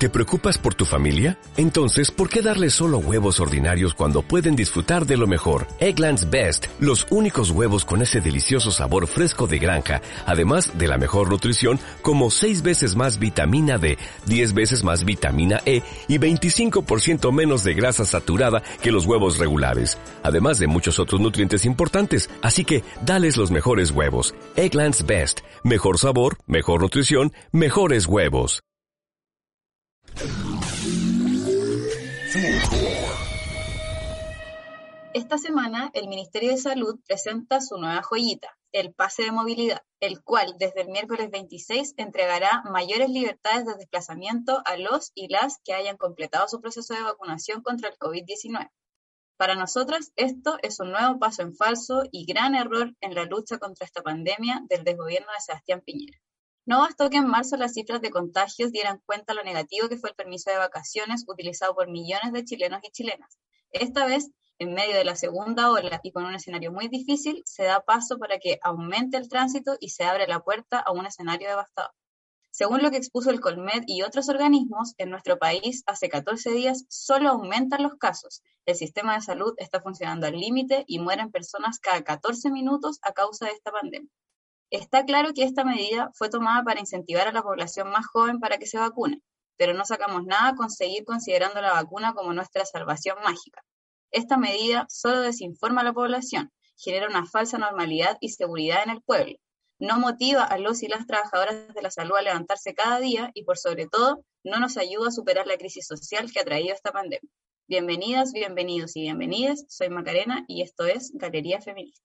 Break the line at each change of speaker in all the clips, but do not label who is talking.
¿Te preocupas por tu familia? Entonces, ¿por qué darles solo huevos ordinarios cuando pueden disfrutar de lo mejor? Eggland's Best, los únicos huevos con ese delicioso sabor fresco de granja, además de la mejor nutrición, como 6 veces más vitamina D, 10 veces más vitamina E y 25% menos de grasa saturada que los huevos regulares, además de muchos otros nutrientes importantes. Así que, dales los mejores huevos. Eggland's Best, mejor sabor, mejor nutrición, mejores huevos.
Esta semana, el Ministerio de Salud presenta su nueva joyita, el Pase de Movilidad, el cual desde el miércoles 26 entregará mayores libertades de desplazamiento a los y las que hayan completado su proceso de vacunación contra el COVID-19. Para nosotras, esto es un nuevo paso en falso y gran error en la lucha contra esta pandemia del desgobierno de Sebastián Piñera. No bastó que en marzo las cifras de contagios dieran cuenta lo negativo que fue el permiso de vacaciones utilizado por millones de chilenos y chilenas. Esta vez, en medio de la segunda ola y con un escenario muy difícil, se da paso para que aumente el tránsito y se abre la puerta a un escenario devastador. Según lo que expuso el Colmed y otros organismos, en nuestro país hace 14 días solo aumentan los casos. El sistema de salud está funcionando al límite y mueren personas cada 14 minutos a causa de esta pandemia. Está claro que esta medida fue tomada para incentivar a la población más joven para que se vacune, pero no sacamos nada con seguir considerando la vacuna como nuestra salvación mágica. Esta medida solo desinforma a la población, genera una falsa normalidad y seguridad en el pueblo, no motiva a los y las trabajadoras de la salud a levantarse cada día y, por sobre todo, no nos ayuda a superar la crisis social que ha traído esta pandemia. Bienvenidas, bienvenidos y bienvenidas, soy Macarena y esto es Galería Feminista.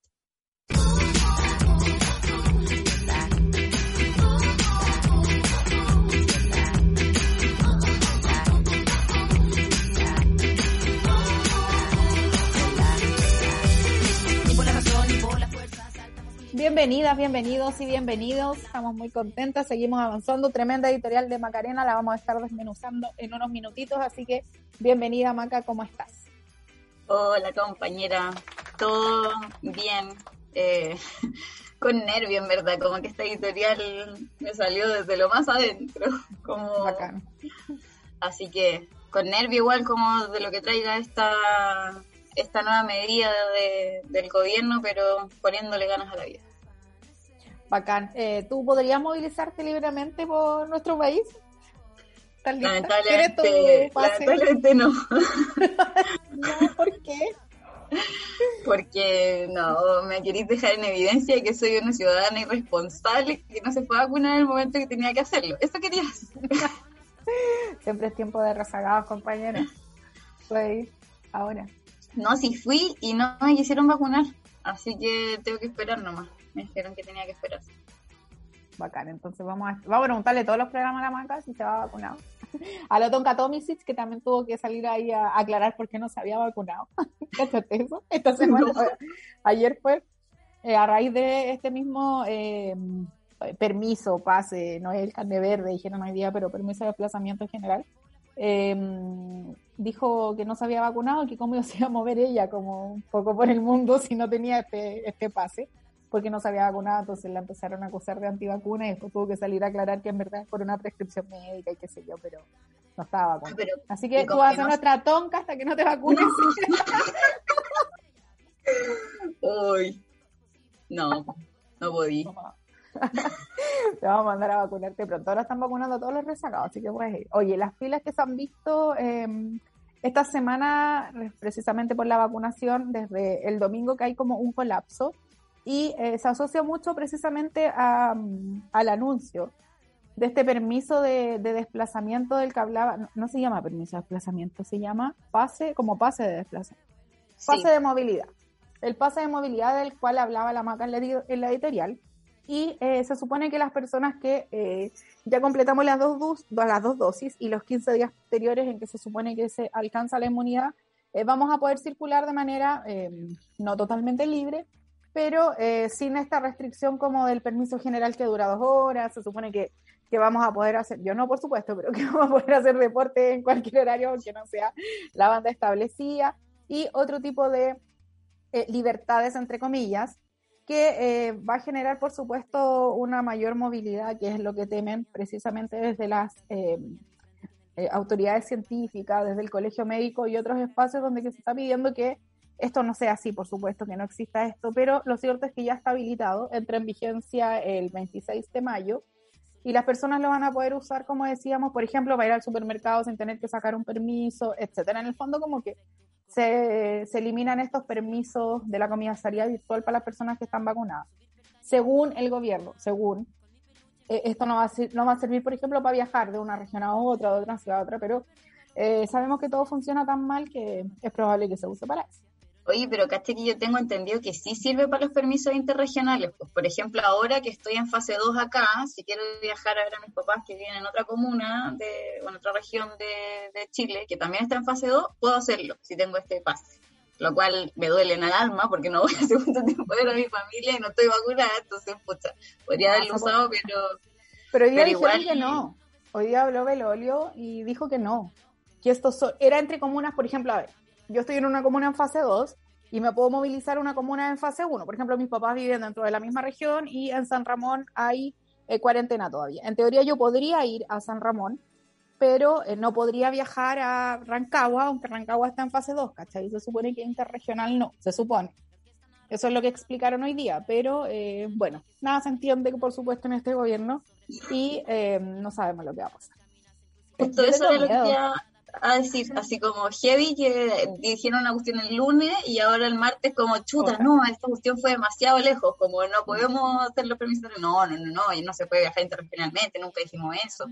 Bienvenidas, bienvenidos y bienvenidos. Estamos muy contentas, seguimos avanzando. Tremenda editorial de Macarena, la vamos a estar desmenuzando en unos minutitos, así que bienvenida, Maca, ¿cómo estás?
Hola, compañera. Todo bien. Con nervio, en verdad, como que esta editorial me salió desde lo más adentro. Como...
Bacán.
Así que con nervio igual como de lo que traiga esta nueva medida del gobierno, pero poniéndole ganas a la vida.
Bacán. ¿Tú podrías movilizarte libremente por nuestro país?
Lamentablemente no.
No, ¿por qué?
Porque no, me queréis dejar en evidencia que soy una ciudadana irresponsable que no se fue a vacunar en el momento que tenía que hacerlo. Eso querías.
Siempre es tiempo de rezagados, compañeros. Pues ahora.
No, sí fui y no me quisieron vacunar, así que tengo que esperar nomás. Me dijeron que tenía que esperar.
Bacán, entonces vamos a preguntarle todos los programas a la Maca si se va vacunado. A la Tonka Tomisic, que también tuvo que salir ahí a aclarar por qué no se había vacunado. ¿Cachaste eso? Esta semana, ayer fue, a raíz de este mismo permiso, pase, no es el carnet verde, dijeron hoy día, pero permiso de desplazamiento en general, dijo que no se había vacunado y que cómo se iba a mover ella como un poco por el mundo si no tenía este pase, porque no se había vacunado. Entonces la empezaron a acusar de antivacuna y después tuvo que salir a aclarar que en verdad es por una prescripción médica y qué sé yo, pero no estaba vacunada. Así que tú vas a ser nuestra tonca hasta que no te vacunes.
Uy, no podí.
Te vamos a mandar a vacunarte pronto. Ahora están vacunando a todos los rezagados, así que puedes ir. Oye, las filas que se han visto esta semana, precisamente por la vacunación, desde el domingo que hay como un colapso, y se asocia mucho precisamente al anuncio de este permiso de desplazamiento del que hablaba. No se llama permiso de desplazamiento, se llama pase de desplazamiento. Pase sí. De movilidad. El pase de movilidad del cual hablaba la Maca en la editorial. Y se supone que las personas que ya completamos las dos dosis y los 15 días posteriores en que se supone que se alcanza la inmunidad, vamos a poder circular de manera no totalmente libre, pero sin esta restricción como del permiso general que dura 2 horas. Se supone que vamos a poder hacer, yo no por supuesto, pero que vamos a poder hacer deporte en cualquier horario que no sea la banda establecida, y otro tipo de libertades entre comillas, que va a generar, por supuesto, una mayor movilidad, que es lo que temen precisamente desde las autoridades científicas, desde el colegio médico y otros espacios donde que se está pidiendo que esto no sea así, por supuesto, que no exista esto, pero lo cierto es que ya está habilitado, entra en vigencia el 26 de mayo, y las personas lo van a poder usar, como decíamos, por ejemplo, para ir al supermercado sin tener que sacar un permiso, etcétera. En el fondo, como que se eliminan estos permisos de la comisaría virtual para las personas que están vacunadas. Según el gobierno, esto no va a servir, por ejemplo, para viajar de una región a otra, de otra ciudad a otra, pero sabemos que todo funciona tan mal que es probable que se use para eso.
Oye, pero caché que yo tengo entendido que sí sirve para los permisos interregionales. Pues, por ejemplo, ahora que estoy en fase 2 acá, si quiero viajar a ver a mis papás que viven en otra comuna, en otra región de Chile, que también está en fase 2, puedo hacerlo si tengo este pase. Lo cual me duele en el alma porque no voy a segundo tiempo a ver a mi familia y no estoy vacunada, entonces, pucha, podría haberlo usado,
pero hoy día dijeron
igual
que no. Hoy día habló Belolio y dijo que no. Que esto era entre comunas, por ejemplo, a ver, yo estoy en una comuna en fase 2 y me puedo movilizar a una comuna en fase 1. Por ejemplo, mis papás viven dentro de la misma región y en San Ramón hay cuarentena todavía. En teoría yo podría ir a San Ramón, pero no podría viajar a Rancagua, aunque Rancagua está en fase 2, ¿cachai? Se supone que interregional no, se supone. Eso es lo que explicaron hoy día, pero bueno, nada se entiende, por supuesto, en este gobierno y no sabemos lo que va a pasar.
Justo eso es lo que quería decir, así como heavy, que dijeron una cuestión el lunes y ahora el martes como chuta, no, esta cuestión fue demasiado lejos, como no podemos hacer los permisos, no, y no se puede viajar interregionalmente, nunca dijimos eso.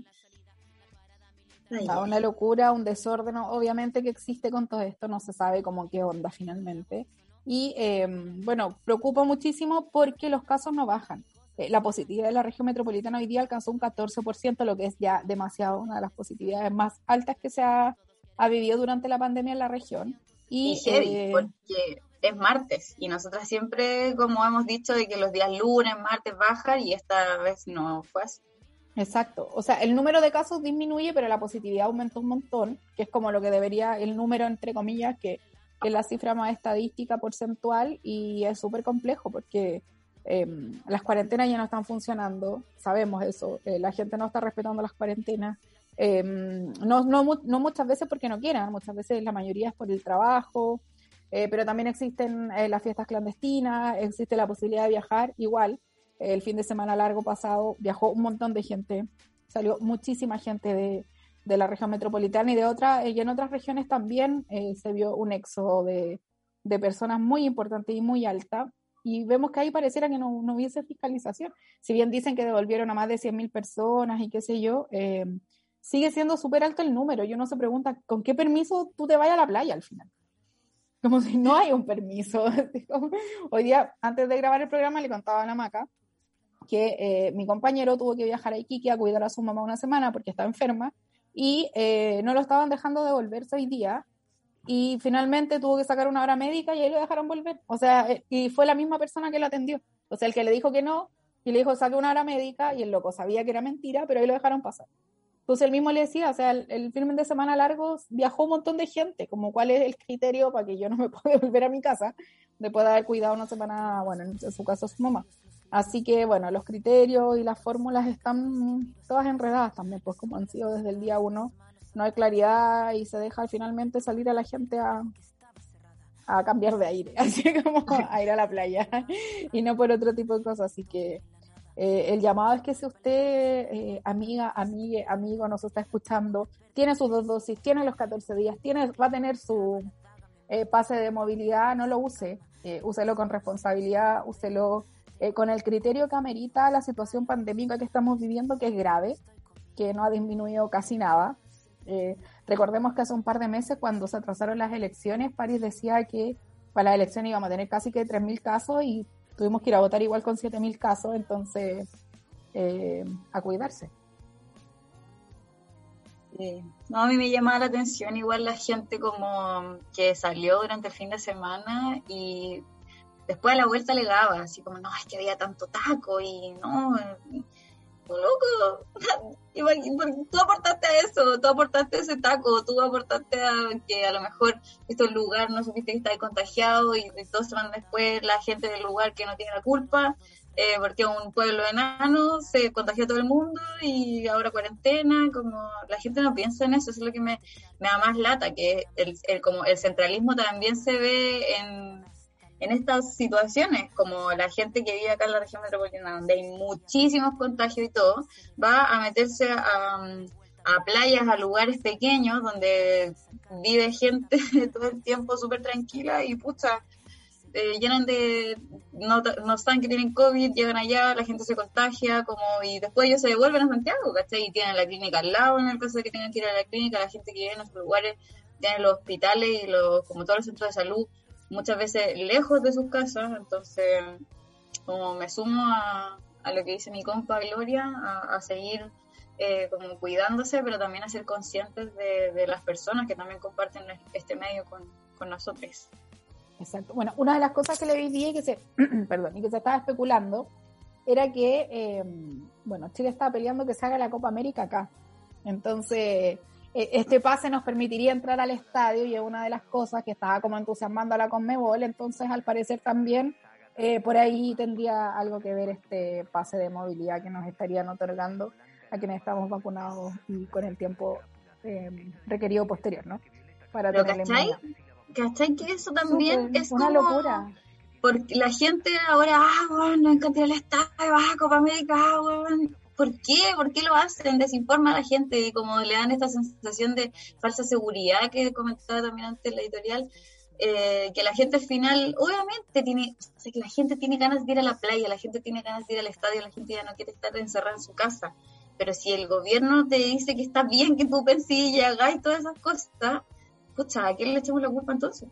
Una locura, un desorden, obviamente que existe con todo esto, no se sabe cómo qué onda finalmente. Y bueno, preocupa muchísimo porque los casos no bajan. La positividad de la región metropolitana hoy día alcanzó un 14%, lo que es ya demasiado, una de las positividades más altas que se ha vivido durante la pandemia en la región.
Y heavy, porque es martes, y nosotras siempre, como hemos dicho, de que los días lunes, martes bajan, y esta vez no fue así.
Exacto, o sea, el número de casos disminuye, pero la positividad aumentó un montón, que es como lo que debería, el número entre comillas, que es la cifra más estadística porcentual, y es súper complejo porque las cuarentenas ya no están funcionando, sabemos eso, la gente no está respetando las cuarentenas, no muchas veces porque no quieran, muchas veces la mayoría es por el trabajo, pero también existen las fiestas clandestinas, existe la posibilidad de viajar igual. El fin de semana largo pasado viajó un montón de gente, salió muchísima gente de la región metropolitana y y en otras regiones también se vio un éxodo de personas muy importante y muy alta, y vemos que ahí pareciera que no hubiese fiscalización. Si bien dicen que devolvieron a más de 100.000 personas y qué sé yo, sigue siendo súper alto el número, y uno se pregunta, ¿con qué permiso tú te vayas a la playa al final? Como si no hay un permiso. Hoy día, antes de grabar el programa, le contaba a la Maca que mi compañero tuvo que viajar a Iquique a cuidar a su mamá una semana porque está enferma, y no lo estaban dejando devolverse hoy día, y finalmente tuvo que sacar una hora médica y ahí lo dejaron volver. O sea, y fue la misma persona que lo atendió. O sea, el que le dijo que no, y le dijo saque una hora médica, y el loco sabía que era mentira, pero ahí lo dejaron pasar. Entonces él mismo le decía, o sea, el fin de semana largo viajó un montón de gente, como cuál es el criterio para que yo no me pueda volver a mi casa después de haber cuidado una semana, bueno, en su caso su mamá. Así que, bueno, los criterios y las fórmulas están todas enredadas también, pues como han sido desde el día 1, no hay claridad y se deja finalmente salir a la gente a cambiar de aire, así como a ir a la playa y no por otro tipo de cosas. Así que el llamado es que si usted, amiga, amigo, nos está escuchando, tiene sus 2 dosis, tiene los 14 días, va a tener su pase de movilidad, no lo use, úselo con responsabilidad, úselo con el criterio que amerita la situación pandémica que estamos viviendo, que es grave, que no ha disminuido casi nada. Recordemos que hace un par de meses, cuando se atrasaron las elecciones, París decía que para las elecciones íbamos a tener casi que 3.000 casos y tuvimos que ir a votar igual con 7.000 casos, entonces a cuidarse.
No, a mí me llamaba la atención igual la gente como que salió durante el fin de semana y después a la vuelta alegaba, así como, no, es que había tanto taco y no, loco, tú aportaste a eso, tú aportaste a ese taco, tú aportaste a que a lo mejor este lugar no supiste que estaba contagiado y 2 semanas después la gente del lugar que no tiene la culpa porque un pueblo enano se contagió a todo el mundo y ahora cuarentena, como la gente no piensa en eso, eso es lo que me da más lata, que como el centralismo también se ve en estas situaciones, como la gente que vive acá en la región metropolitana, donde hay muchísimos contagios y todo, va a meterse a playas, a lugares pequeños, donde vive gente todo el tiempo súper tranquila y pucha, llenan de, no saben que tienen COVID, llegan allá, la gente se contagia, como y después ellos se devuelven a Santiago, ¿cachai? Y tienen la clínica al lado en el caso de que tengan que ir a la clínica, la gente que vive en nuestros lugares, tienen los hospitales y como todos los centros de salud, muchas veces lejos de sus casas, entonces como me sumo a lo que dice mi compa Gloria, a seguir como cuidándose, pero también a ser conscientes de las personas que también comparten este medio con nosotros.
Exacto. Bueno, una de las cosas que le vi que se, perdón, y que se estaba especulando era que, bueno, Chile estaba peleando que se haga la Copa América acá. Entonces, este pase nos permitiría entrar al estadio y es una de las cosas que estaba como entusiasmando a la Conmebol. Entonces, al parecer también por ahí tendría algo que ver este pase de movilidad que nos estarían otorgando a quienes estamos vacunados y con el tiempo requerido posterior, ¿no? Para tener
¿Cachai? Que eso también es
una
como
locura.
Porque la gente ahora, bueno, no encontré el estadio, Copa América, bueno. ¿Por qué? ¿Por qué lo hacen? Desinforma a la gente y como le dan esta sensación de falsa seguridad que comentaba también antes en la editorial, que la gente al final, obviamente que la gente tiene ganas de ir a la playa, la gente tiene ganas de ir al estadio, la gente ya no quiere estar encerrada en su casa. Pero si el gobierno te dice que está bien que tú penses y hagáis todas esas cosas, pucha, ¿a quién le echamos la culpa entonces?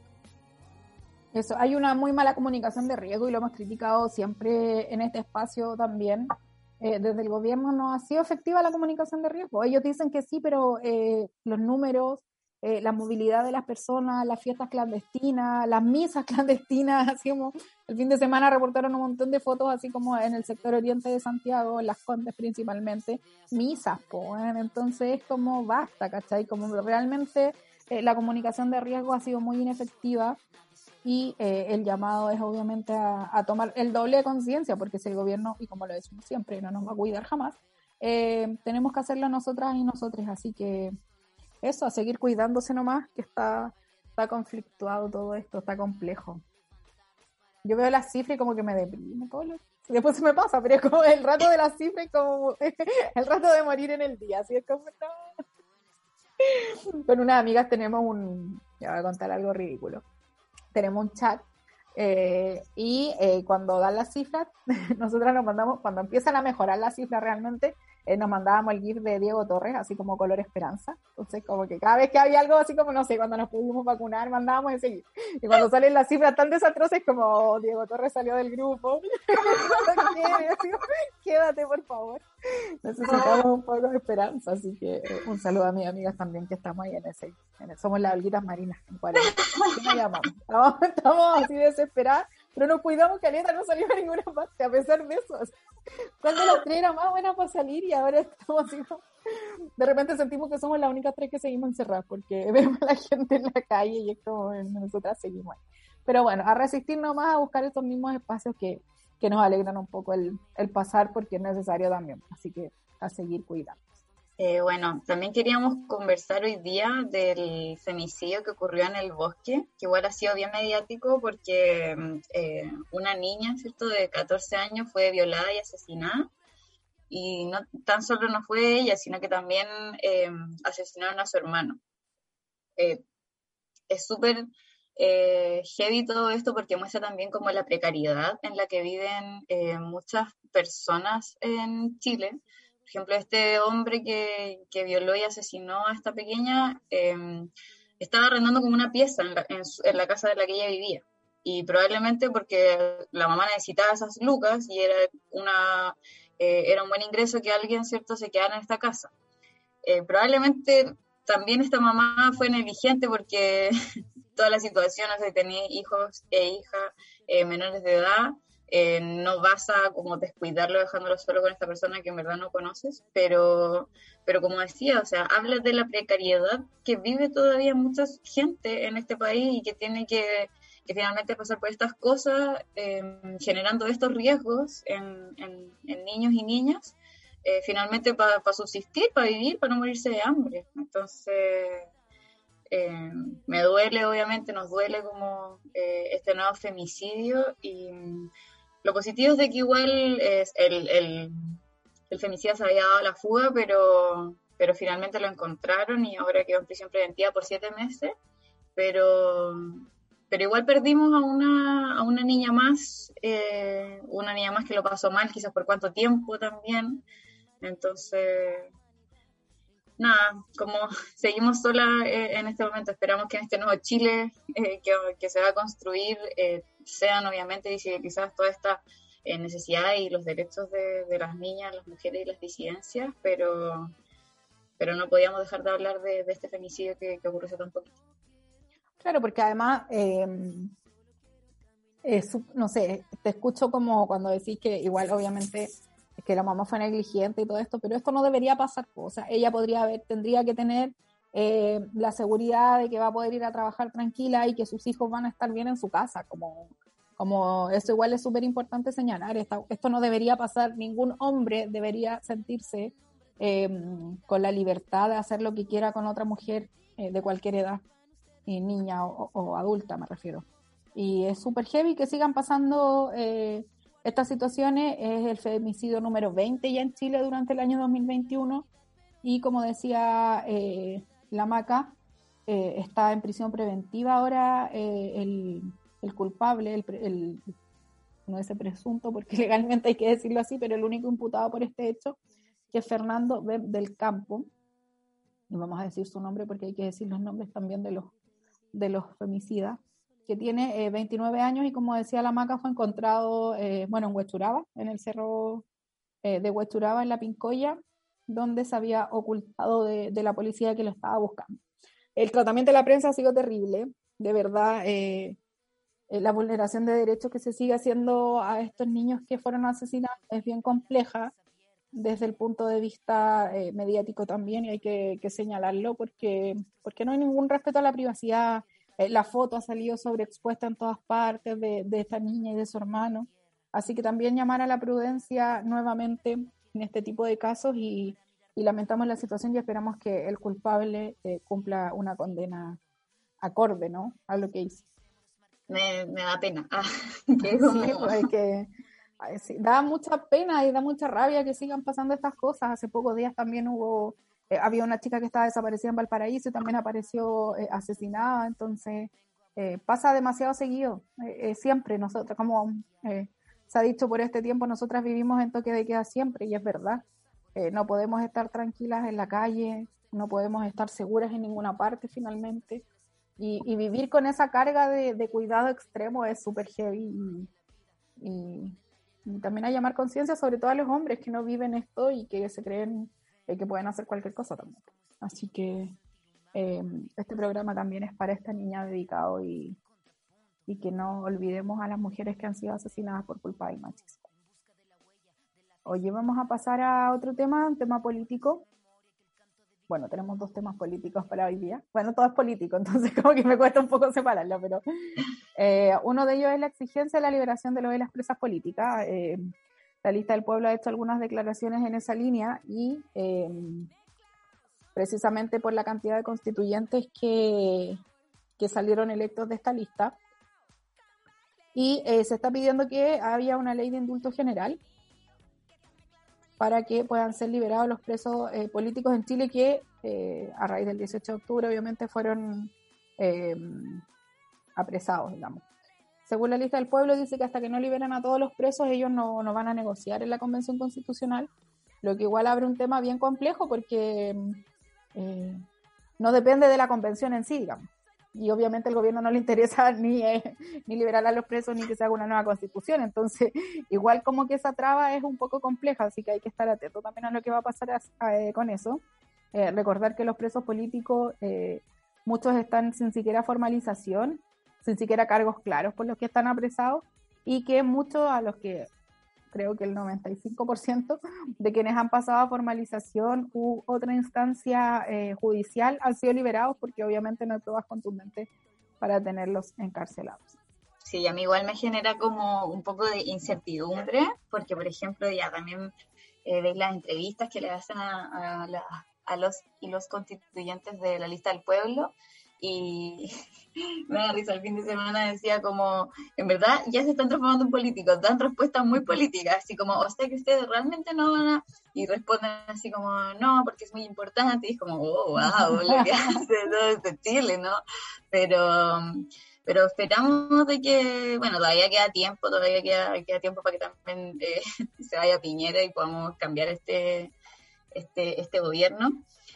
Eso, hay una muy mala comunicación de riesgo y lo hemos criticado siempre en este espacio también. Desde el gobierno no ha sido efectiva la comunicación de riesgo. Ellos dicen que sí, pero los números, la movilidad de las personas, las fiestas clandestinas, las misas clandestinas, así como el fin de semana reportaron un montón de fotos, así como en el sector oriente de Santiago, en Las Condes principalmente, misas, pues, entonces es como basta, ¿cachai? Como realmente la comunicación de riesgo ha sido muy inefectiva. Y el llamado es obviamente a tomar el doble de conciencia, porque si el gobierno, y como lo decimos siempre, no nos va a cuidar jamás, tenemos que hacerlo nosotras y nosotros, así que eso, a seguir cuidándose nomás, que está conflictuado todo esto, está complejo. Yo veo las cifras y como que me deprimo, después se me pasa, pero es como el rato de las cifras, como el rato de morir en el día, así es como no. Con unas amigas tenemos ya voy a contar algo ridículo. Tenemos un chat y cuando dan las cifras, nosotras nos mandamos, cuando empiezan a mejorar las cifras realmente, nos mandábamos el GIF de Diego Torres, así como color esperanza. Entonces, como que cada vez que había algo así como, no sé, cuando nos pudimos vacunar, mandábamos ese GIF. Y cuando salen las cifras tan desastrosas, como oh, Diego Torres salió del grupo. Quédate, por favor. Necesitamos un poco de esperanza, así que un saludo a mis amigas también que estamos ahí en ese somos las olguitas marinas en cuarentena. ¿Qué nos llamamos? Estamos así desesperadas, pero nos cuidamos que Caleta no salió a ninguna parte, a pesar de eso. Cuando las 3 era más buena para salir y ahora estamos así como... De repente sentimos que somos las únicas 3 que seguimos encerradas, porque vemos a la gente en la calle y es como nosotras seguimos ahí. Pero bueno, a resistir nomás, a buscar estos mismos espacios que nos alegran un poco el pasar, porque es necesario también. Así que a seguir cuidando.
Bueno, también queríamos conversar hoy día del femicidio que ocurrió en el bosque, que igual ha sido bien mediático porque una niña, ¿cierto?, de 14 años fue violada y asesinada, y no tan solo no fue ella, sino que también asesinaron a su hermano. Es súper heavy todo esto porque muestra también como la precariedad en la que viven muchas personas en Chile. Por ejemplo, este hombre que violó y asesinó a esta pequeña estaba arrendando como una pieza en la casa de la que ella vivía. Y probablemente porque la mamá necesitaba esas lucas y era un buen ingreso que alguien, ¿cierto?, se quedara en esta casa. Probablemente también esta mamá fue negligente porque toda la situación, o sea, tenía hijos e hijas menores de edad, no vas a como descuidarlo dejándolo solo con esta persona que en verdad no conoces, pero como decía, o sea, habla de la precariedad que vive todavía mucha gente en este país y que tiene que que finalmente pasar por estas cosas, generando estos riesgos en niños y niñas, finalmente para subsistir, para vivir, para no morirse de hambre. Entonces, me duele, obviamente, nos duele como este nuevo femicidio, y lo positivo es de que igual el femicida se había dado a la fuga, pero finalmente lo encontraron y ahora quedó en prisión preventiva por 7 meses, pero igual perdimos a una niña más que lo pasó mal, quizás por cuánto tiempo también. Entonces, nada, como seguimos solas en este momento, esperamos que en este nuevo Chile que se va a construir sean obviamente visibilizadas todas estas necesidades y los derechos de las niñas, las mujeres y las disidencias, pero no podíamos dejar de hablar de este femicidio que ocurrió hace tan poquito.
Claro, porque además, no sé, te escucho como cuando decís que igual obviamente que la mamá fue negligente y todo esto, pero esto no debería pasar. O sea, ella tendría que tener la seguridad de que va a poder ir a trabajar tranquila y que sus hijos van a estar bien en su casa, como eso igual es súper importante señalar. Esto no debería pasar, ningún hombre debería sentirse con la libertad de hacer lo que quiera con otra mujer de cualquier edad, niña o adulta me refiero. Y es súper heavy que sigan pasando estas situaciones. Es el femicidio número 20 ya en Chile durante el año 2021 y como decía la Maca, está en prisión preventiva ahora el culpable, no es el presunto porque legalmente hay que decirlo así, pero el único imputado por este hecho, que es Fernando del Campo, y vamos a decir su nombre porque hay que decir los nombres también de los femicidas, que tiene 29 años y como decía la Maca fue encontrado en Huechuraba, en el cerro de Huechuraba, en la Pincoya, donde se había ocultado de la policía que lo estaba buscando. El tratamiento de la prensa ha sido terrible, de verdad. La vulneración de derechos que se sigue haciendo a estos niños que fueron asesinados es bien compleja desde el punto de vista mediático también, y hay que señalarlo porque no hay ningún respeto a la privacidad. La foto ha salido sobreexpuesta en todas partes de esta niña y de su hermano, así que también llamar a la prudencia nuevamente en este tipo de casos y lamentamos la situación y esperamos que el culpable cumpla una condena acorde, ¿no?, a lo que hizo.
Me da pena.
Sí, pues sí, da mucha pena y da mucha rabia que sigan pasando estas cosas. Hace pocos días también había una chica que estaba desaparecida en Valparaíso y también apareció asesinada. Entonces pasa demasiado seguido. Siempre nosotros, como se ha dicho por este tiempo, nosotras vivimos en toque de queda siempre, y es verdad. No podemos estar tranquilas en la calle, no podemos estar seguras en ninguna parte finalmente. Y vivir con esa carga de cuidado extremo es súper heavy, y también a llamar conciencia sobre todo a los hombres que no viven esto y que se creen que pueden hacer cualquier cosa también. Así que este programa también es para esta niña dedicado, y que no olvidemos a las mujeres que han sido asesinadas por culpa del machismo. Oye, vamos a pasar a otro tema, un tema político. Bueno, tenemos 2 temas políticos para hoy día. Bueno, todo es político, entonces como que me cuesta un poco separarlo, pero uno de ellos es la exigencia de la liberación de las presas políticas. La Lista del Pueblo ha hecho algunas declaraciones en esa línea y precisamente por la cantidad de constituyentes que salieron electos de esta lista. Y se está pidiendo que haya una ley de indulto general para que puedan ser liberados los presos políticos en Chile que a raíz del 18 de octubre obviamente fueron apresados, digamos. Según la Lista del Pueblo, dice que hasta que no liberan a todos los presos, ellos no van a negociar en la Convención Constitucional, lo que igual abre un tema bien complejo porque no depende de la Convención en sí, digamos. Y obviamente al gobierno no le interesa ni liberar a los presos ni que se haga una nueva constitución. Entonces, igual como que esa traba es un poco compleja, así que hay que estar atento también a lo que va a pasar con eso. Recordar que los presos políticos, muchos están sin siquiera formalización, sin siquiera cargos claros por los que están apresados, y que muchos, a los que creo que el 95% de quienes han pasado a formalización u otra instancia judicial han sido liberados porque obviamente no hay pruebas contundentes para tenerlos encarcelados.
Sí, a mí igual me genera como un poco de incertidumbre, porque por ejemplo ya también veis las entrevistas que le hacen a los y los constituyentes de la lista del pueblo, y me da risa, el fin de semana decía como, en verdad ya se están transformando en políticos, dan respuestas muy políticas, así como, o sea que ustedes realmente no van a, y responden así como, no, porque es muy importante, y es como, oh, wow, lo que hace todo este Chile, ¿no? Pero, pero esperamos de que, bueno, todavía queda tiempo para que también se vaya Piñera y podamos cambiar este gobierno.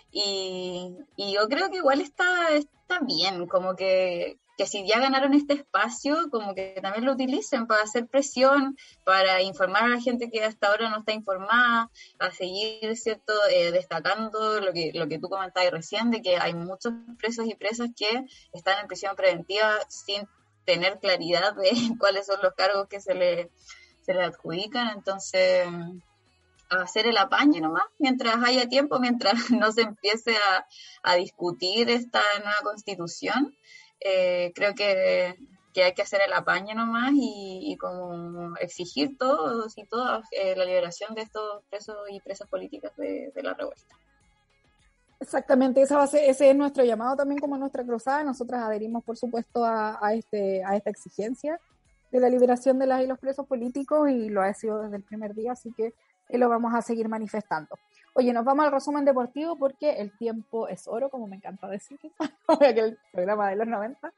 Y yo creo que igual está bien, como que si ya ganaron este espacio, como que también lo utilicen para hacer presión, para informar a la gente que hasta ahora no está informada, a seguir, ¿cierto?, destacando lo que tú comentabas recién, de que hay muchos presos y presas que están en prisión preventiva sin tener claridad de cuáles son los cargos que se le adjudican. Entonces, a hacer el apaño nomás, mientras haya tiempo, mientras no se empiece a discutir esta nueva constitución. Creo que hay que hacer el apaño nomás y como exigir todos y todas la liberación de estos presos y presas políticas de la revuelta.
Exactamente, ese es nuestro llamado también como nuestra cruzada. Nosotras adherimos, por supuesto, a esta exigencia de la liberación de las y los presos políticos, y lo ha sido desde el primer día, así que lo vamos a seguir manifestando. Oye, nos vamos al resumen deportivo porque el tiempo es oro, como me encanta decir, como aquel programa de los 90.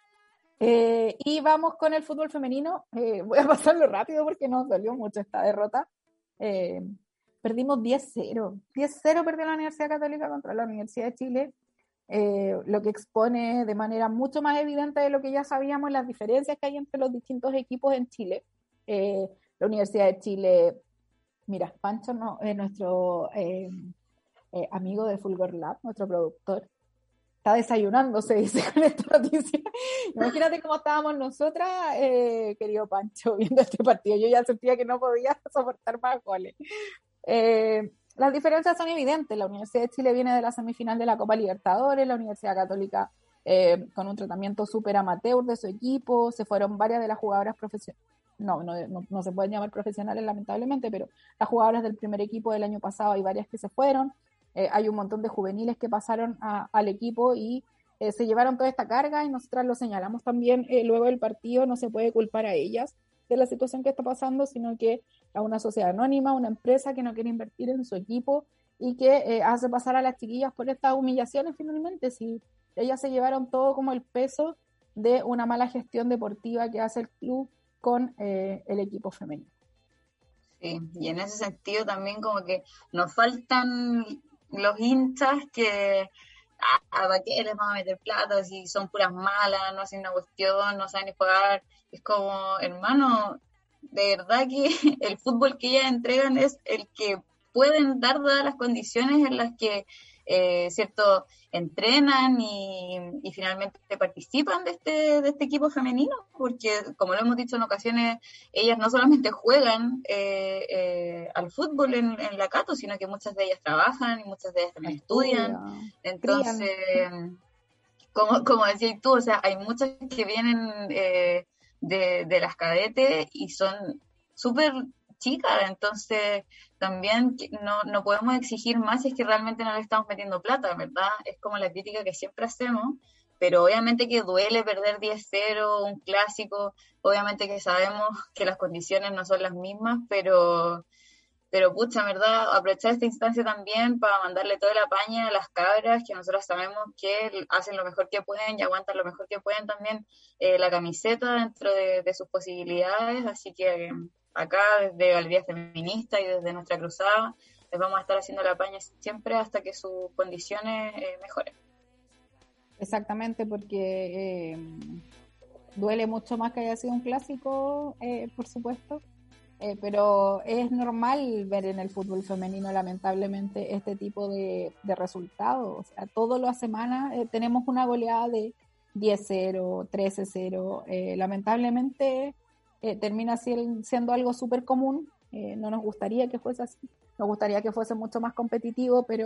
Y vamos con el fútbol femenino. Voy a pasarlo rápido porque nos dolió mucho esta derrota. Perdimos 10-0. 10-0 perdió la Universidad Católica contra la Universidad de Chile, lo que expone de manera mucho más evidente de lo que ya sabíamos las diferencias que hay entre los distintos equipos en Chile. La Universidad de Chile, mira, Pancho, nuestro amigo de Fulgor Lab, nuestro productor, está desayunando, se dice, con esta noticia. Imagínate cómo estábamos nosotras, querido Pancho, viendo este partido. Yo ya sentía que no podía soportar más goles. Las diferencias son evidentes. La Universidad de Chile viene de la semifinal de la Copa Libertadores, la Universidad Católica con un tratamiento súper amateur de su equipo. Se fueron varias de las jugadoras profesionales. No se pueden llamar profesionales, lamentablemente, pero las jugadoras del primer equipo del año pasado hay varias que se fueron. Hay un montón de juveniles que pasaron al equipo y se llevaron toda esta carga, y nosotras lo señalamos también luego del partido. No se puede culpar a ellas de la situación que está pasando, sino que a una sociedad anónima, una empresa que no quiere invertir en su equipo y que hace pasar a las chiquillas por estas humillaciones finalmente. Si ellas se llevaron todo como el peso de una mala gestión deportiva que hace el club con el equipo femenino.
Sí, y en ese sentido también como que nos faltan los hinchas que ¿para qué les vamos a meter plata si son puras malas, no hacen una cuestión, no saben ni jugar? Es como, hermano, de verdad que el fútbol que ellas entregan es el que pueden dar dadas las condiciones en las que cierto, entrenan y finalmente participan de este equipo femenino, porque como lo hemos dicho en ocasiones, ellas no solamente juegan al fútbol en la Cato, sino que muchas de ellas trabajan y muchas de ellas también estudian. Entonces, como decías tú, o sea, hay muchas que vienen de las cadetes y son súper chicas, entonces también no podemos exigir más si es que realmente no le estamos metiendo plata, ¿verdad? Es como la crítica que siempre hacemos, pero obviamente que duele perder 10-0, un clásico, obviamente que sabemos que las condiciones no son las mismas, pero pucha, ¿verdad? Aprovechar esta instancia también para mandarle todo el apañe a las cabras, que nosotros sabemos que hacen lo mejor que pueden y aguantan lo mejor que pueden también la camiseta dentro de sus posibilidades, así que acá desde Galería Feminista y desde nuestra cruzada les vamos a estar haciendo la paña siempre hasta que sus condiciones mejoren.
Exactamente, porque duele mucho más que haya sido un clásico, por supuesto, pero es normal ver en el fútbol femenino lamentablemente este tipo de resultados. O sea, todas las semanas tenemos una goleada de 10-0, 13-0, lamentablemente termina siendo algo súper común. No nos gustaría que fuese así, nos gustaría que fuese mucho más competitivo, pero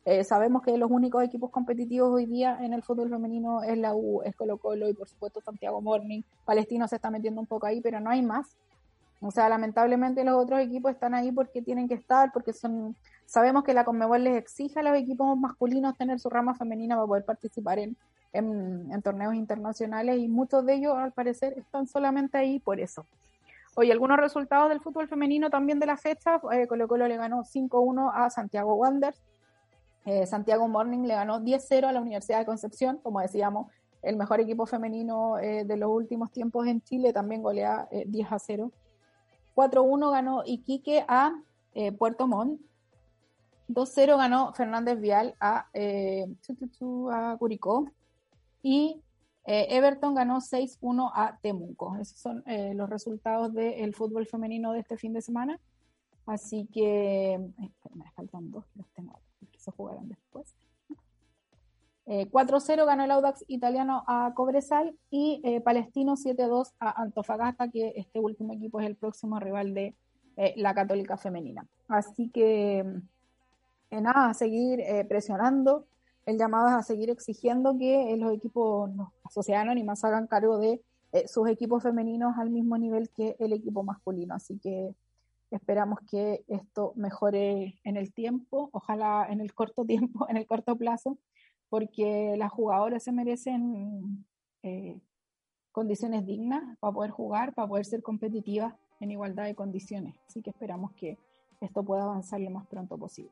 Sabemos que los únicos equipos competitivos hoy día en el fútbol femenino es la U, es Colo-Colo y por supuesto Santiago Morning. Palestino se está metiendo un poco ahí, pero no hay más. O sea, lamentablemente los otros equipos están ahí porque tienen que estar, porque sabemos que la Conmebol les exige a los equipos masculinos tener su rama femenina para poder participar en torneos internacionales, y muchos de ellos al parecer están solamente ahí por eso. Oye, algunos resultados del fútbol femenino también de la fecha. Colo-Colo le ganó 5-1 a Santiago Wanderers. Santiago Morning le ganó 10-0 a la Universidad de Concepción, como decíamos, el mejor equipo femenino de los últimos tiempos en Chile, también golea 10-0. 4-1 ganó Iquique a Puerto Montt. 2-0 ganó Fernández Vial a Curicó. Y Everton ganó 6-1 a Temuco. Esos son los resultados del fútbol femenino de este fin de semana. Así que me faltan dos, los tengo, que se jugaron después. 4-0 ganó el Audax Italiano a Cobresal, y Palestino 7-2 a Antofagasta, que este último equipo es el próximo rival de la Católica femenina. Así que nada, a seguir presionando. El llamado es a seguir exigiendo que los equipos, la sociedad anónima, se hagan cargo de sus equipos femeninos al mismo nivel que el equipo masculino. Así que esperamos que esto mejore en el tiempo, ojalá en el corto tiempo, en el corto plazo, porque las jugadoras se merecen condiciones dignas para poder jugar, para poder ser competitivas en igualdad de condiciones. Así que esperamos que esto pueda avanzar lo más pronto posible.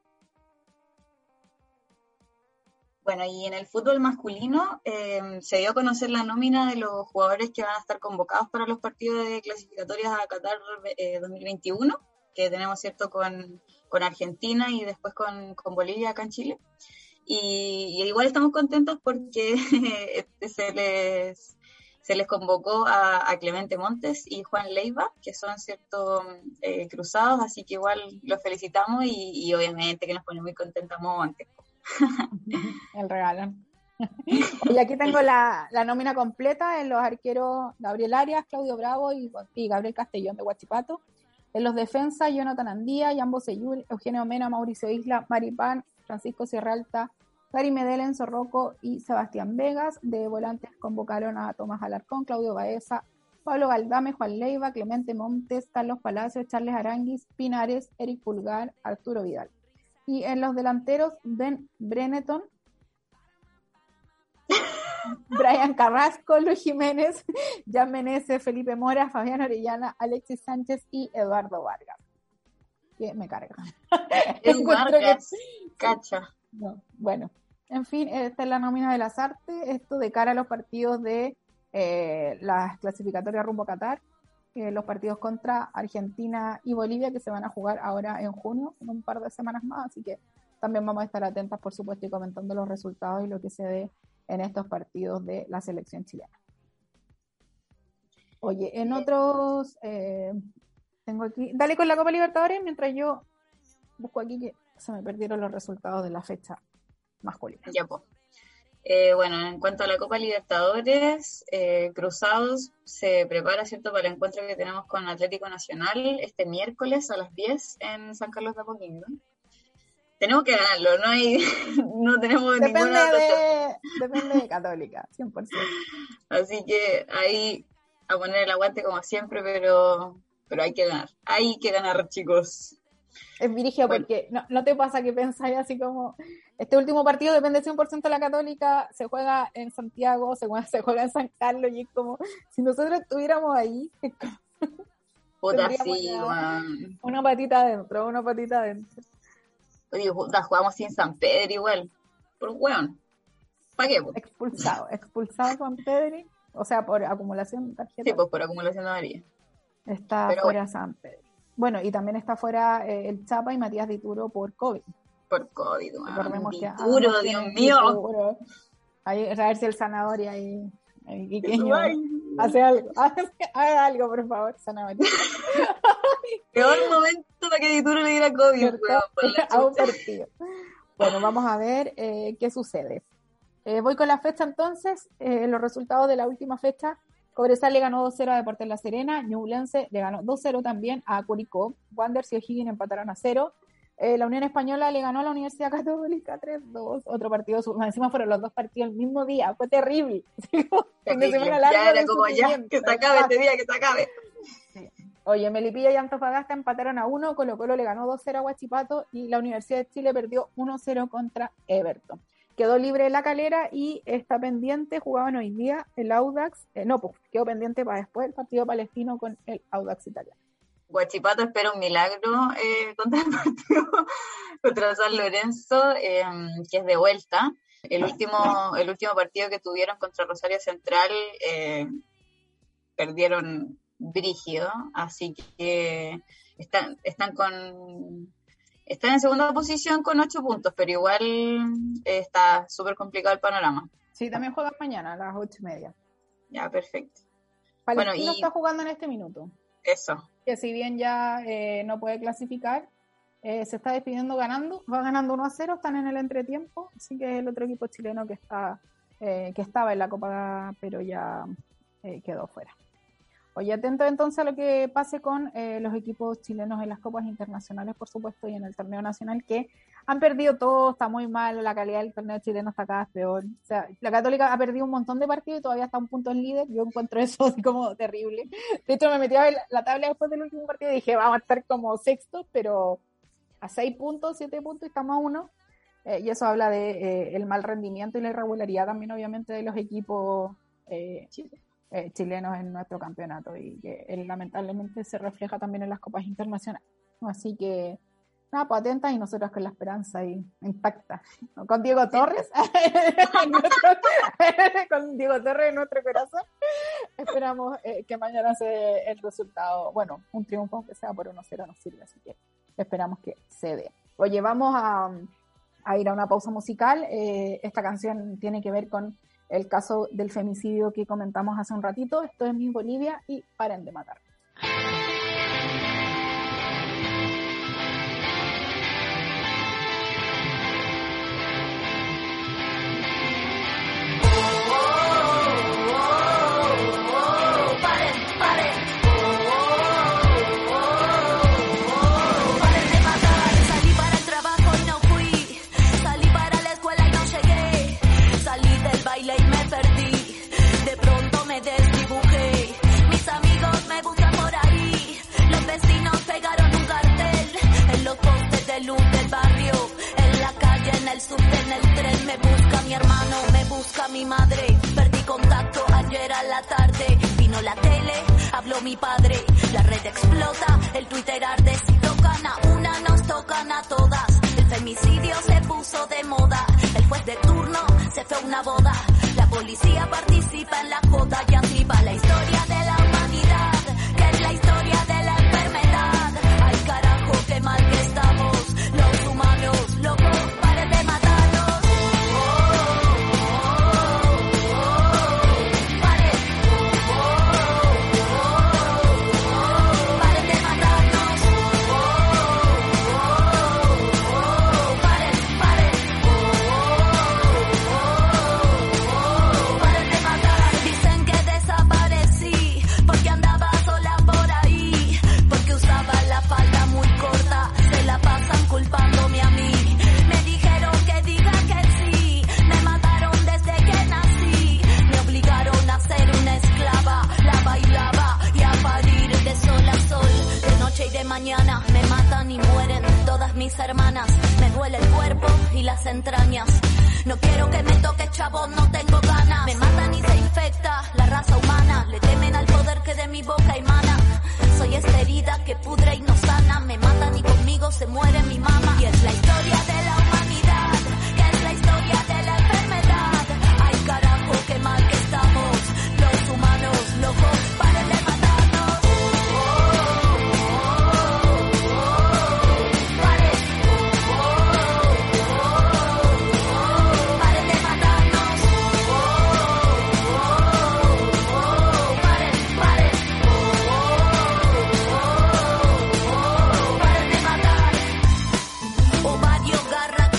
Bueno, y en el fútbol masculino se dio a conocer la nómina de los jugadores que van a estar convocados para los partidos de clasificatorias a Qatar 2021, que tenemos, ¿cierto?, con Argentina y después con Bolivia acá en Chile. Y igual estamos contentos porque se les convocó a Clemente Montes y Juan Leiva, que son, ¿cierto?, cruzados, así que igual los felicitamos y obviamente que nos pone muy contentos a Montes.
El regalo. Y aquí tengo la nómina completa en los arqueros: Gabriel Arias, Claudio Bravo y Gabriel Castellón de Huachipato. En los defensas: Jonathan Andía, Jambo Seyul, Eugenio Mena, Mauricio Isla, Maripán, Francisco Sierra Alta, Gary Medel, Enzo Rocco y Sebastián Vegas. De volantes convocaron a Tomás Alarcón, Claudio Baeza, Pablo Galdame, Juan Leiva, Clemente Montes, Carlos Palacios, Charles Aranguis, Pinares, Eric Pulgar, Arturo Vidal. Y en los delanteros: Ben Breneton, Brian Carrasco, Luis Jiménez, Jan Meneses, Felipe Mora, Fabián Orellana, Alexis Sánchez y Eduardo Vargas. Que me carga.
Vargas, cacha.
No, bueno, en fin, esta es la nómina de las artes. Esto de cara a los partidos de las clasificatorias rumbo a Qatar. Los partidos contra Argentina y Bolivia, que se van a jugar ahora en junio, en un par de semanas más, así que también vamos a estar atentas, por supuesto, y comentando los resultados y lo que se dé en estos partidos de la selección chilena. Oye, en otros, tengo aquí, dale con la Copa Libertadores, mientras yo busco aquí, que se me perdieron los resultados de la fecha masculina.
Ya, pues. Bueno, en cuanto a la Copa Libertadores, Cruzados se prepara, ¿cierto?, para el encuentro que tenemos con Atlético Nacional este miércoles a las 10 en San Carlos de Apoquindo. Tenemos que ganarlo, no tenemos ninguna otra.
Depende de Católica, 100%.
Así que ahí a poner el aguante como siempre, pero hay que ganar, chicos.
Es virigio, bueno, porque no te pasa que pensáis así como, este último partido depende 100% de la Católica, se juega en Santiago, se juega en San Carlos, y es como, si nosotros estuviéramos ahí,
puta, sí, man.
Una patita adentro.
Oye, jugamos sin San Pedro igual, por weón. ¿Para qué?
Expulsado San Pedro, o sea, por acumulación de tarjetas.
Sí, pues por acumulación de amarilla.
Está fuera, bueno, San Pedro. Bueno, y también está fuera el Chapa y Matías Dituro por COVID.
Por COVID, man.
Dituro,
Dios mío.
Dituro. Ahí, a ver si el Zanahoria ahí Iquiqueño hace algo. Haga algo, por favor, Zanahoria.
Peor momento para que Dituro le diera COVID, weón.
A un partido. Bueno, vamos a ver qué sucede. Voy con la fecha entonces. Los resultados de la última fecha: Cobresal le ganó 2-0 a Deportes La Serena, Ñublense le ganó 2-0 también a Curicó, Wanderers y O'Higgins empataron a 0, La Unión Española le ganó a la Universidad Católica 3-2, otro partido, encima fueron los dos partidos el mismo día, fue terrible.
Ya era como ya, que se acabe este día, que se acabe.
Sí. Oye, Melipilla y Antofagasta empataron a 1, Colo-Colo le ganó 2-0 a Huachipato y la Universidad de Chile perdió 1-0 contra Everton. Quedó libre La Calera y está pendiente, jugaban hoy día el Audax, quedó pendiente para después el partido palestino con el Audax italiano.
Huachipato espera un milagro contra el partido contra San Lorenzo, que es de vuelta. El último partido que tuvieron contra Rosario Central perdieron brígido, así que están en segunda posición con 8 puntos, pero igual está súper complicado el panorama.
Sí, también juegan mañana a las 8:30.
Ya, perfecto.
Palestino está jugando en este minuto.
Eso.
Que si bien ya no puede clasificar, se está despidiendo ganando, va ganando 1-0, están en el entretiempo, así que el otro equipo chileno que estaba en la Copa, pero ya quedó fuera. Oye, atento entonces a lo que pase con los equipos chilenos en las copas internacionales, por supuesto, y en el torneo nacional, que han perdido todo, está muy mal, la calidad del torneo chileno está cada vez peor. O sea, la Católica ha perdido un montón de partidos y todavía está un punto en líder. Yo encuentro eso así como terrible. De hecho, me metí a ver la tabla después del último partido y dije, vamos a estar como sexto, pero a 6 puntos, 7 puntos y estamos a 1. Y eso habla de el mal rendimiento y la irregularidad también, obviamente, de los equipos chilenos en nuestro campeonato y que lamentablemente se refleja también en las copas internacionales. Así que nada, pues atentas y nosotros con la esperanza ahí intacta, ¿no? Con Diego Torres con Diego Torres en nuestro corazón esperamos que mañana se dé el resultado, bueno, un triunfo aunque sea por 1-0 nos sirve, así que esperamos que se dé. Oye, vamos a ir a una pausa musical. Esta canción tiene que ver con el caso del femicidio que comentamos hace un ratito. Esto es Miss Bolivia y Paren de Matar.
En el tren me busca mi hermano, me busca mi madre. Perdí contacto ayer a la tarde. Vino la tele, habló mi padre. La red explota, el Twitter arde. Si tocan a una, nos tocan a todas. El femicidio se puso de moda. El juez de turno se fue a una boda. La policía participa en la joda y así va la historia de la humanidad, que es la historia de la enfermedad. Ay carajo, qué mal que estamos los humanos, locos. Mañana me matan y mueren todas mis hermanas. Me duele el cuerpo y las entrañas. No quiero que me toque, chavo, no tengo ganas. Me matan y se infecta la raza humana. Le temen al poder que de mi boca emana. Soy esta herida que pudre y no sana. Me matan y conmigo se muere mi mamá. Y es la historia de la humanidad, que es la historia de la enfermedad. Ay carajo, qué mal que estamos los humanos, locos, paren de matarnos. Ovario, garra,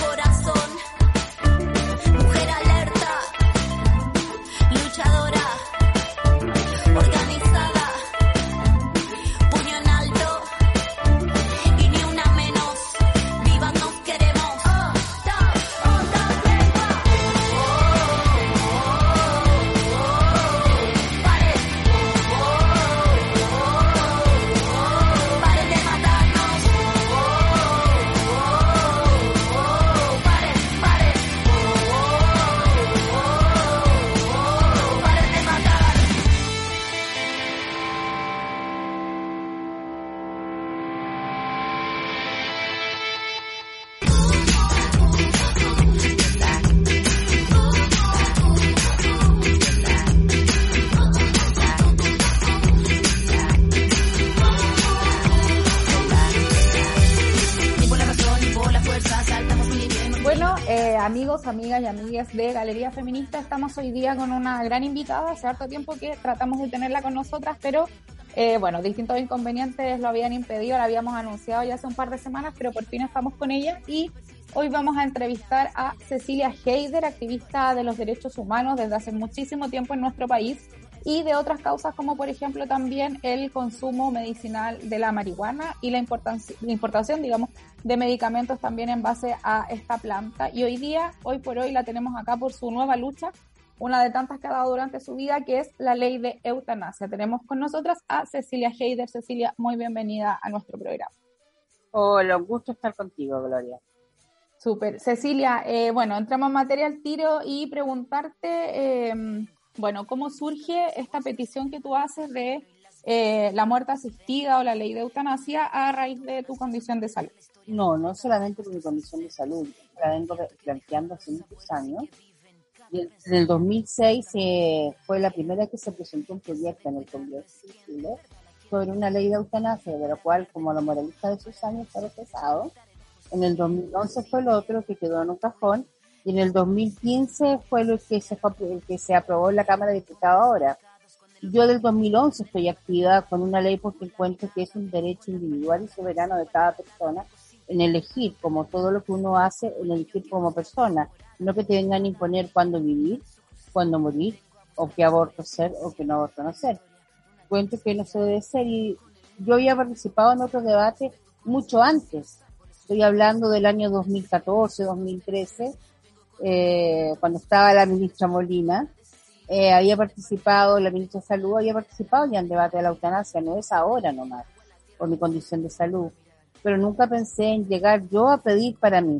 amigos, amigas y amigues de Galería Feminista. Estamos hoy día con una gran invitada. Hace harto tiempo que tratamos de tenerla con nosotras, pero distintos inconvenientes lo habían impedido. La habíamos anunciado ya hace un par de semanas, pero por fin estamos con ella y hoy vamos a entrevistar a Cecilia Heider, activista de los derechos humanos desde hace muchísimo tiempo en nuestro país y de otras causas como por ejemplo también el consumo medicinal de la marihuana y la importación, digamos, de medicamentos también en base a esta planta. Y hoy por hoy la tenemos acá por su nueva lucha, una de tantas que ha dado durante su vida, que es la ley de eutanasia. Tenemos con nosotras a Cecilia Heider. Cecilia, muy bienvenida a nuestro programa.
Hola, un gusto estar contigo, Gloria.
Súper. Cecilia, entramos en materia al tiro y preguntarte, ¿cómo surge esta petición que tú haces de la muerte asistida o la ley de eutanasia a raíz de tu condición de salud?
No solamente por mi condición de salud, la vengo planteando hace muchos años. En el 2006 fue la primera que se presentó un proyecto en el Congreso de Chile sobre una ley de eutanasia, de la cual, como la moralista de esos años, fue rechazado. En el 2011 fue el otro que quedó en un cajón, y en el 2015 fue el que se aprobó en la Cámara de Diputados ahora. Yo del 2011 estoy activa con una ley porque encuentro que es un derecho individual y soberano de cada persona en elegir, como todo lo que uno hace, en elegir como persona, no que te vengan a imponer cuándo vivir, cuándo morir, o qué aborto hacer o qué no aborto no hacer. Encuentro que no se debe ser, y yo había participado en otros debates mucho antes. Estoy hablando del año 2014, 2013, cuando estaba la ministra Molina, había participado, la ministra de Salud había participado ya en debate de la eutanasia, no es ahora nomás, por mi condición de salud, pero nunca pensé en llegar yo a pedir para mí.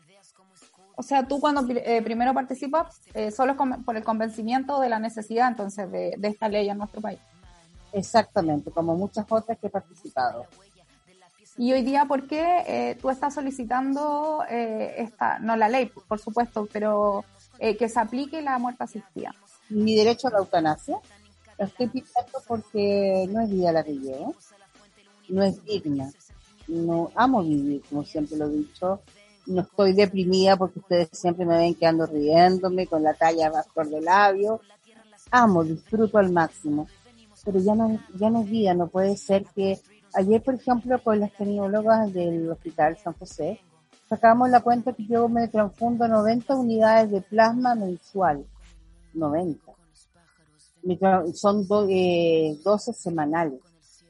O sea, tú cuando primero participas, solo es por el convencimiento de la necesidad entonces de esta ley en nuestro país.
Exactamente, como muchas otras que he participado.
Y hoy día, ¿por qué tú estás solicitando no la ley, por supuesto, pero que se aplique la muerte asistida?
Mi derecho a la eutanasia lo estoy pidiendo porque no es vida la que llevo, no es digna, no amo vivir, como siempre lo he dicho, no estoy deprimida porque ustedes siempre me ven que ando riéndome con la talla bajo de labio, amo, disfruto al máximo, pero ya no es vida, no puede ser que ayer, por ejemplo, con las teniólogas del Hospital San José, sacamos la cuenta que yo me transfundo 90 unidades de plasma mensual. 90. Son 12 semanales.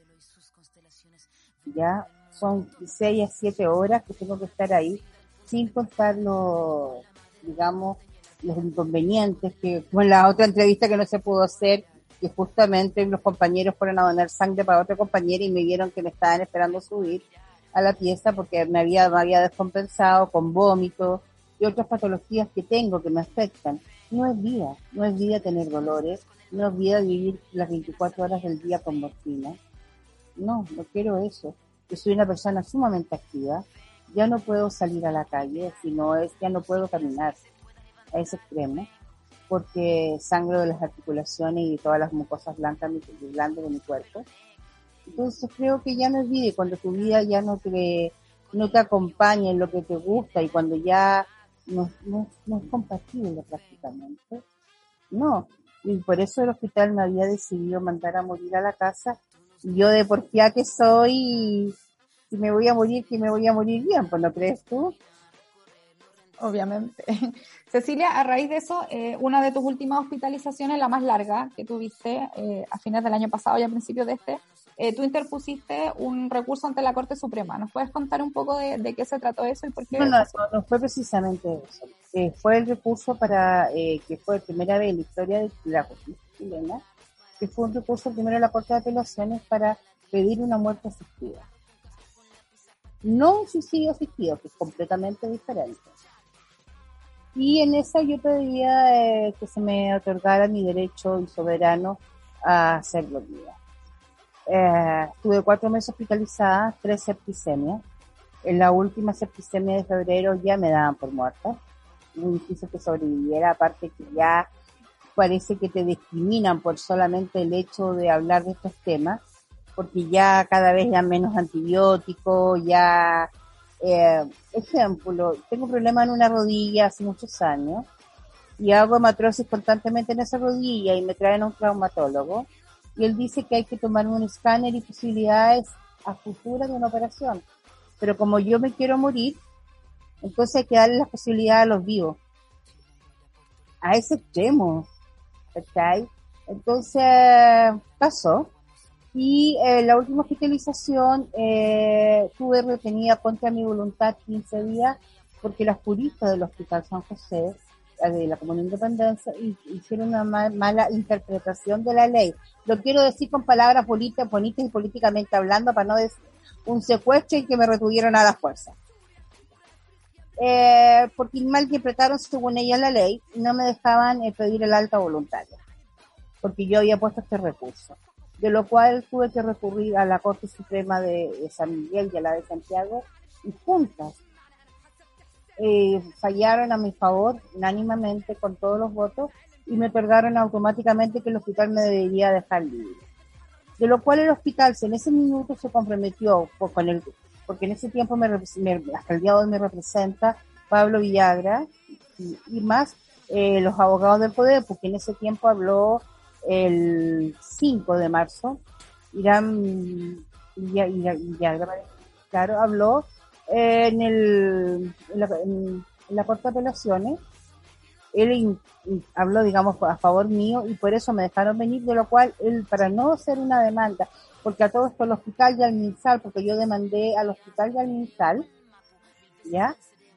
Ya son 6 a 7 horas que tengo que estar ahí, sin contar los inconvenientes que con la otra entrevista que no se pudo hacer, que justamente los compañeros fueron a donar sangre para otra compañera y me vieron que me estaban esperando subir a la pieza porque me había descompensado con vómitos y otras patologías que tengo que me afectan. No es vida tener dolores, no es vida vivir las 24 horas del día con morfina. No quiero eso. Yo soy una persona sumamente activa, ya no puedo salir a la calle, ya no puedo caminar a ese extremo, porque sangro de las articulaciones y de todas las mucosas blancas de mi cuerpo. Entonces creo que ya no es vida, y cuando tu vida ya no te acompaña en lo que te gusta y cuando ya no es compatible prácticamente, no. Y por eso el hospital me había decidido mandar a morir a la casa, y yo de porfiada que soy, y si me voy a morir, que me voy a morir bien, pues ¿no crees tú?
Obviamente. Cecilia, a raíz de eso, una de tus últimas hospitalizaciones, la más larga que tuviste a fines del año pasado y a principios de tú interpusiste un recurso ante la Corte Suprema. ¿Nos puedes contar un poco de qué se trató eso y por qué?
No fue precisamente eso. Fue el recurso que fue primera vez en la historia de la justicia chilena, que fue un recurso primero de la Corte de Apelaciones para pedir una muerte asistida. No un suicidio asistido, que es completamente diferente. Y en esa yo pedía que se me otorgara mi derecho y soberano a hacerlo vida. Estuve 4 meses hospitalizada, 3 septicemias. En la última septicemia de febrero ya me daban por muerta. Muy difícil que sobreviviera, aparte que ya parece que te discriminan por solamente el hecho de hablar de estos temas, porque ya cada vez ya menos antibióticos, ya Ejemplo, tengo un problema en una rodilla hace muchos años y hago hematrosis constantemente en esa rodilla y me traen a un traumatólogo y él dice que hay que tomar un escáner y posibilidades a futuro de una operación. Pero como yo me quiero morir, entonces hay que darle la posibilidad a los vivos. A ese extremo, ¿cachai? Entonces pasó. Y la última hospitalización tuve retenida contra mi voluntad 15 días porque las juristas del Hospital San José, de la Comuna Independencia, hicieron una mala interpretación de la ley. Lo quiero decir con palabras bonitas y políticamente hablando para no decir un secuestro y que me retuvieron a la fuerza. Porque mal interpretaron según ellas la ley y no me dejaban pedir el alta voluntaria porque yo había puesto este recurso, de lo cual tuve que recurrir a la Corte Suprema de San Miguel y a la de Santiago, y juntas fallaron a mi favor unánimemente con todos los votos y me otorgaron automáticamente que el hospital me debería dejar libre. De lo cual el hospital en ese minuto se comprometió porque en ese tiempo hasta el día de hoy me representa Pablo Villagra y más los abogados del poder, porque en ese tiempo habló el 5 de marzo, Irán Villagra, claro, habló en la Corte de Apelaciones. Él habló, digamos, a favor mío y por eso me dejaron venir, de lo cual él, para no hacer una demanda, porque a todo esto el hospital y al MinSal, porque yo demandé al hospital y al MinSal, ¿ya?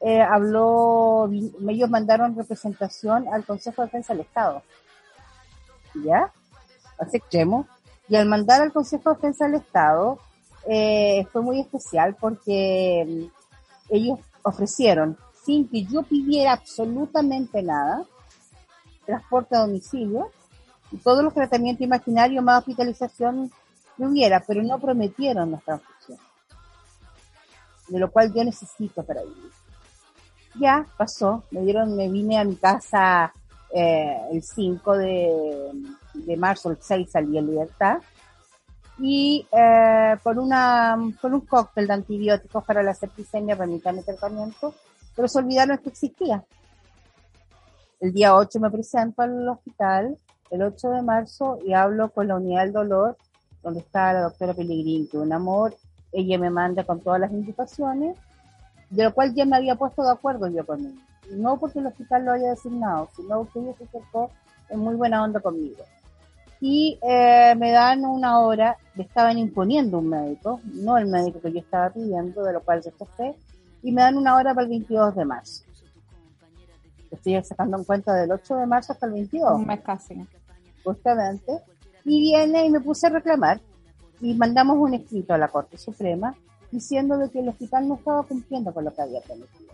Ellos mandaron representación al Consejo de Defensa del Estado, ¿ya? Hace extremo. Y al mandar al Consejo de Defensa del Estado, fue muy especial porque ellos ofrecieron, sin que yo pidiera absolutamente nada, transporte a domicilio y todos los tratamientos imaginarios más hospitalización que hubiera, pero no prometieron las transfusiones, de lo cual yo necesito para vivir. Ya pasó, me vine a mi casa el 5 de marzo, el 6 salí en libertad, y por un cóctel de antibióticos para la septicemia remité a mi tratamiento, pero se olvidaron que existía. El día 8 me presento al hospital, el 8 de marzo, y hablo con la unidad del dolor, donde está la doctora Pellegrini, que es un amor. Ella me manda con todas las indicaciones, de lo cual ya me había puesto de acuerdo yo con él. No porque el hospital lo haya designado, sino que ella se acercó en muy buena onda conmigo. Y me dan una hora, me estaban imponiendo un médico, no el médico que yo estaba pidiendo, de lo cual yo esté, y me dan una hora para el 22 de marzo. Estoy sacando en cuenta del 8 de marzo hasta el 22.
Un mes casi.
Justamente. Y viene y me puse a reclamar y mandamos un escrito a la Corte Suprema diciendo de que el hospital no estaba cumpliendo con lo que había prometido.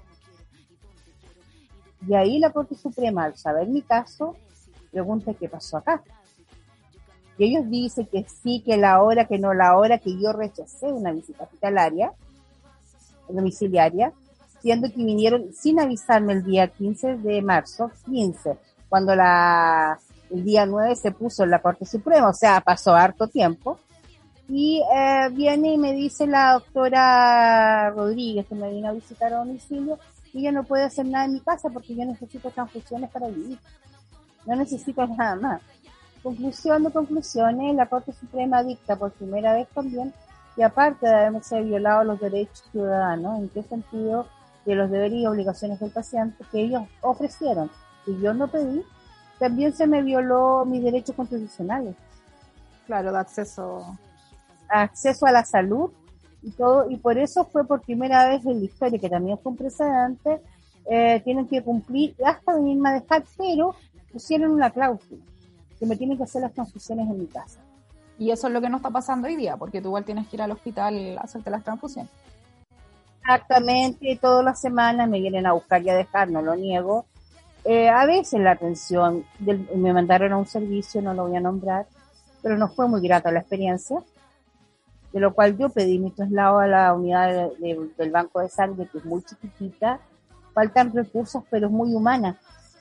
Y ahí la Corte Suprema, al saber mi caso, pregunta qué pasó acá. Y ellos dicen que sí, que la hora, que no la hora, que yo rechacé una visita hospitalaria, domiciliaria, siendo que vinieron sin avisarme el día 15 de marzo, cuando el día 9 se puso en la Corte Suprema, o sea, pasó harto tiempo, y viene y me dice la doctora Rodríguez, que me vino a visitar a domicilio, que ella no puede hacer nada en mi casa porque yo necesito transfusiones para vivir, no necesito nada más. Conclusión de conclusiones, la Corte Suprema dicta por primera vez también, y aparte de haberse violado los derechos ciudadanos, ¿en qué sentido? De los deberes y obligaciones del paciente que ellos ofrecieron, que yo no pedí, también se me violó mis derechos constitucionales.
Claro, de acceso
A la salud y todo, y por eso fue por primera vez en la historia, que también fue un precedente, tienen que cumplir hasta venirme a dejar, pero pusieron una cláusula, que me tienen que hacer las transfusiones en mi casa.
Y eso es lo que no está pasando hoy día, porque tú igual tienes que ir al hospital a hacerte las transfusiones.
Exactamente, todas las semanas me vienen a buscar y a dejar, no lo niego. A veces la atención, me mandaron a un servicio, no lo voy a nombrar, pero no fue muy grata la experiencia, de lo cual yo pedí mi traslado a la unidad del banco de sangre, que es muy chiquitita, faltan recursos, pero es muy humana.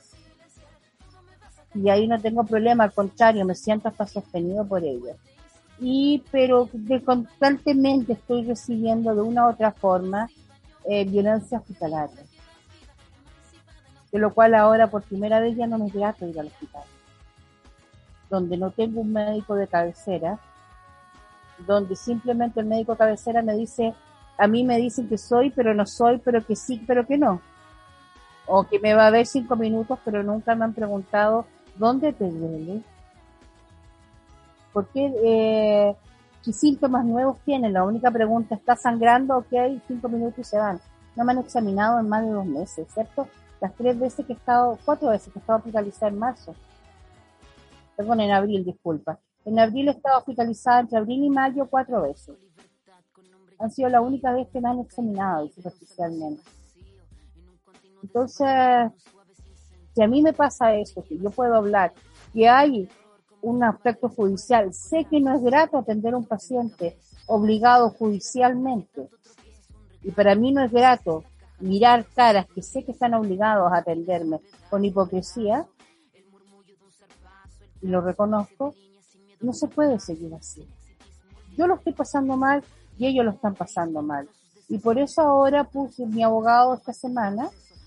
Y ahí no tengo problema, al contrario, me siento hasta sostenido por ello. Pero constantemente estoy recibiendo de una u otra forma violencia hospitalaria. De lo cual ahora por primera vez ya no me es grato ir al hospital. Donde no tengo un médico de cabecera, donde simplemente el médico de cabecera me dice, a mí me dicen que soy, pero no soy, pero que sí, pero que no. O que me va a ver 5 minutos, pero nunca me han preguntado, ¿dónde te duele? ¿Por qué? ¿Qué síntomas nuevos tienen? La única pregunta, ¿está sangrando? Ok, 5 minutos y se van. No me han examinado en más de 2 meses, ¿cierto? Las 4 veces que he estado hospitalizada en marzo. Perdón, en abril, disculpa. En abril he estado hospitalizada entre abril y mayo 4 veces. Han sido la única vez que me han examinado superficialmente. Entonces, si a mí me pasa eso, que yo puedo hablar, que hay un aspecto judicial, sé que no es grato atender a un paciente obligado judicialmente, y para mí no es grato mirar caras que sé que están obligados a atenderme con hipocresía, y lo reconozco, no se puede seguir así. Yo lo estoy pasando mal y ellos lo están pasando mal. Y por eso ahora mi abogado esta semana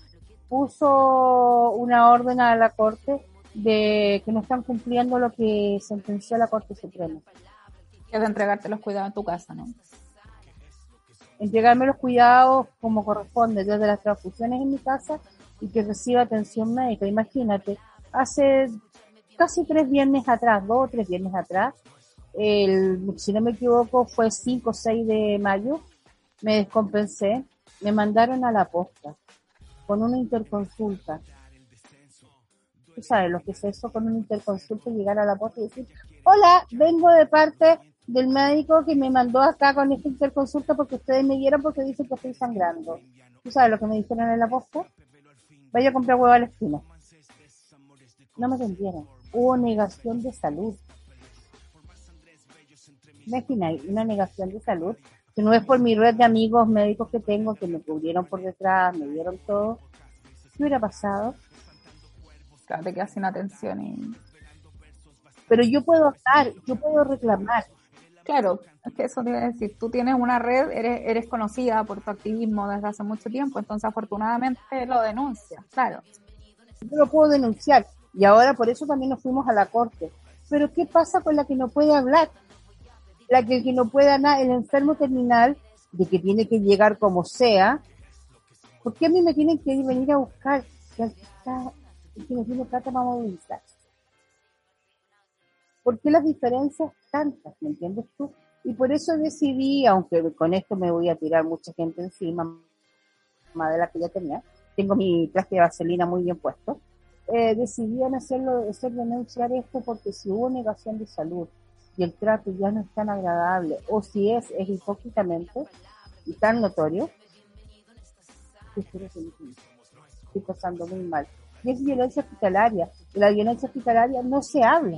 puso una orden a la Corte de que no están cumpliendo lo que sentenció la Corte Suprema.
Que es de entregarte los cuidados en tu casa, ¿no?
Entregarme los cuidados como corresponde, desde las transfusiones en mi casa y que reciba atención médica. Imagínate, hace casi 3 viernes atrás, 2 o 3 viernes atrás, si no me equivoco fue 5 o 6 de mayo, me descompensé, me mandaron a la posta con una interconsulta. Tú sabes lo que es eso, con una interconsulta, llegar a la posta y decir, hola, vengo de parte del médico que me mandó acá con esta interconsulta porque ustedes me dieron porque dicen que estoy sangrando. ¿Tú sabes lo que me dijeron en la posta? Vaya a comprar huevo a la esquina. No me entendieron. Hubo negación de salud. Imagina, una negación de salud, que no es por mi red de amigos médicos que tengo, que me cubrieron por detrás, me dieron todo. ¿Qué hubiera pasado?
Claro, te quedas sin atención y...
Pero yo puedo hablar, yo puedo reclamar.
Claro, es que eso te iba a decir, tú tienes una red, eres conocida por tu activismo desde hace mucho tiempo, entonces afortunadamente lo denuncias, claro.
Yo lo puedo denunciar, y ahora por eso también nos fuimos a la corte. Pero ¿qué pasa con la que no puede hablar? La que no puede hablar, el enfermo terminal, de que tiene que llegar como sea. ¿Por qué a mí me tienen que venir a buscar? Que no tiene plata para movilizarse. ¿Por qué las diferencias tantas? ¿Me entiendes tú? Y por eso decidí, aunque con esto me voy a tirar mucha gente encima, más de la que ya tenía, tengo mi traje de vaselina muy bien puesto, decidí en hacer denunciar esto porque si hubo negación de salud y el trato ya no es tan agradable, o si es hipócritamente y tan notorio, estoy pasando muy mal. Y es violencia hospitalaria. Y la violencia hospitalaria no se habla.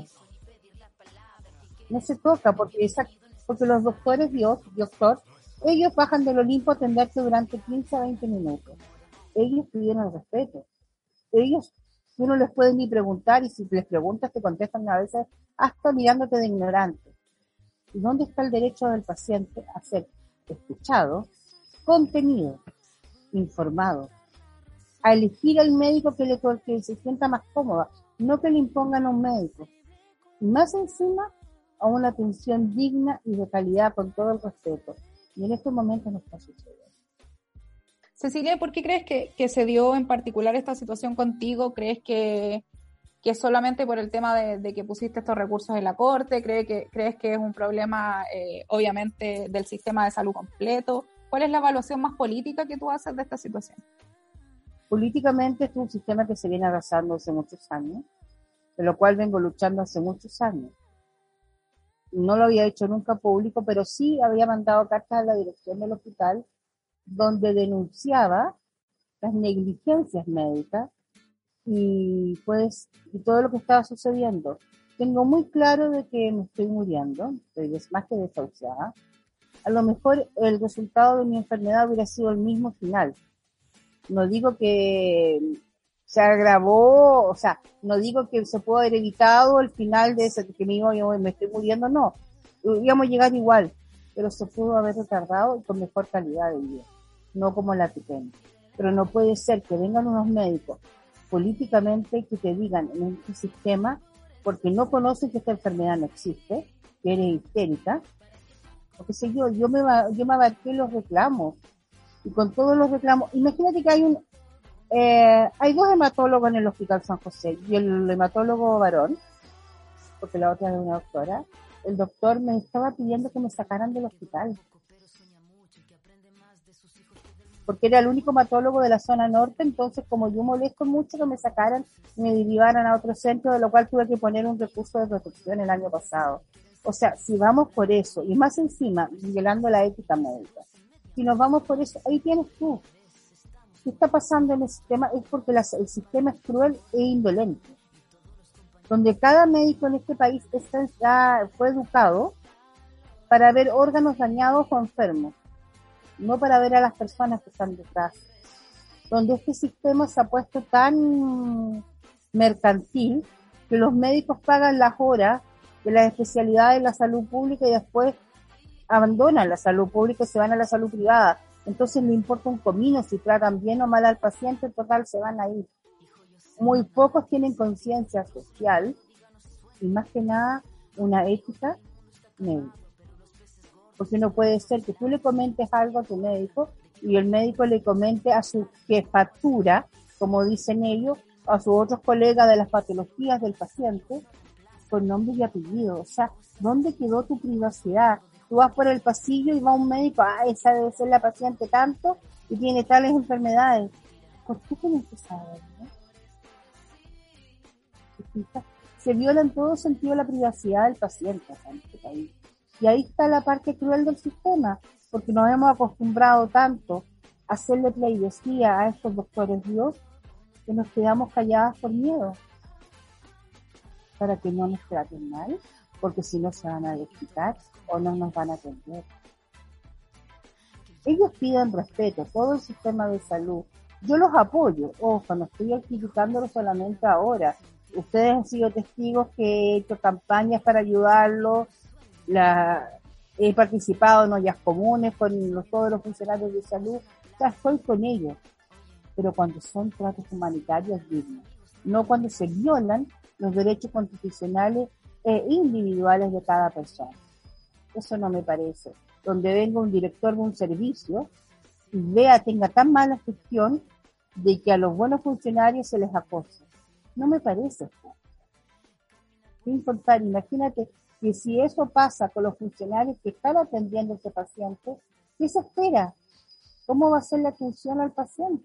No se toca porque los doctores, ellos bajan del Olimpo a atenderte durante 15 a 20 minutos. Ellos pidieron el respeto. Ellos, tú no les puedes ni preguntar, y si les preguntas te contestan a veces hasta mirándote de ignorante. ¿Y dónde está el derecho del paciente a ser escuchado, contenido, informado, a elegir al médico que se sienta más cómoda, no que le impongan a un médico? Y más encima, a una atención digna y de calidad con todo el respeto. Y en estos momentos no está sucediendo.
Cecilia, ¿por qué crees que se dio en particular esta situación contigo? ¿Crees que es solamente por el tema de que pusiste estos recursos en la corte? ¿Crees que es un problema, obviamente, del sistema de salud completo? ¿Cuál es la evaluación más política que tú haces de esta situación?
Políticamente es un sistema que se viene arrasando hace muchos años, de lo cual vengo luchando hace muchos años. No lo había hecho nunca público, pero sí había mandado cartas a la dirección del hospital donde denunciaba las negligencias médicas y todo lo que estaba sucediendo. Tengo muy claro de que me estoy muriendo, estoy más que desahuciada. A lo mejor el resultado de mi enfermedad hubiera sido el mismo final. No digo que se agravó, o sea, no digo que se pudo haber evitado el final de ese, que me estoy muriendo, no. Íbamos a llegar igual, pero se pudo haber retardado y con mejor calidad de vida. no como la pequeña. Pero no puede ser que vengan unos médicos políticamente que te digan en este sistema, porque no conocen que esta enfermedad no existe, que eres histérica, o qué sé yo me abarqué los reclamos, y con todos los reclamos, imagínate que hay dos hematólogos en el Hospital San José, y el hematólogo varón, porque la otra es una doctora, el doctor me estaba pidiendo que me sacaran del hospital, porque era el único hematólogo de la zona norte, entonces como yo molesto mucho que me sacaran y me derivaran a otro centro, de lo cual tuve que poner un recurso de protección el año pasado. O sea, si vamos por eso, y más encima, violando la ética médica, si nos vamos por eso, ahí tienes tú. ¿Qué está pasando en el sistema? Es porque el sistema es cruel e indolente. Donde cada médico en este país fue educado para ver órganos dañados o enfermos, no para ver a las personas que están detrás. Donde este sistema se ha puesto tan mercantil que los médicos pagan las horas de las especialidades de la salud pública y después abandonan la salud pública y se van a la salud privada. Entonces no importa un comino si tratan bien o mal al paciente, en total se van a ir. Muy pocos tienen conciencia social y más que nada una ética médica. Porque no puede ser que tú le comentes algo a tu médico y el médico le comente a su jefatura, como dicen ellos, a sus otros colegas de las patologías del paciente, con nombre y apellido. O sea, ¿dónde quedó tu privacidad? Tú vas por el pasillo y va un médico, esa debe ser la paciente tanto y tiene tales enfermedades. ¿Por qué tienes que saber, no? Se viola en todo sentido la privacidad del paciente en este país. Y ahí está la parte cruel del sistema, porque nos hemos acostumbrado tanto a hacerle pleitesía a estos doctores Dios que nos quedamos calladas por miedo, para que no nos traten mal, porque si no se van a desquitar o no nos van a atender. Ellos piden respeto, todo el sistema de salud. Yo los apoyo, ojo, no estoy criticándolo solamente ahora. Ustedes han sido testigos que he hecho campañas para ayudarlos, he participado en ollas comunes con todos los funcionarios de salud, ya estoy con ellos, pero cuando son tratos humanitarios dignos, no cuando se violan los derechos constitucionales e individuales de cada persona. Eso no me parece. Donde venga un director de un servicio y tenga tan mala gestión de que a los buenos funcionarios se les acosa. No me parece. Sin contar, imagínate que si eso pasa con los funcionarios que están atendiendo a ese paciente, ¿qué se espera? ¿Cómo va a ser la atención al paciente?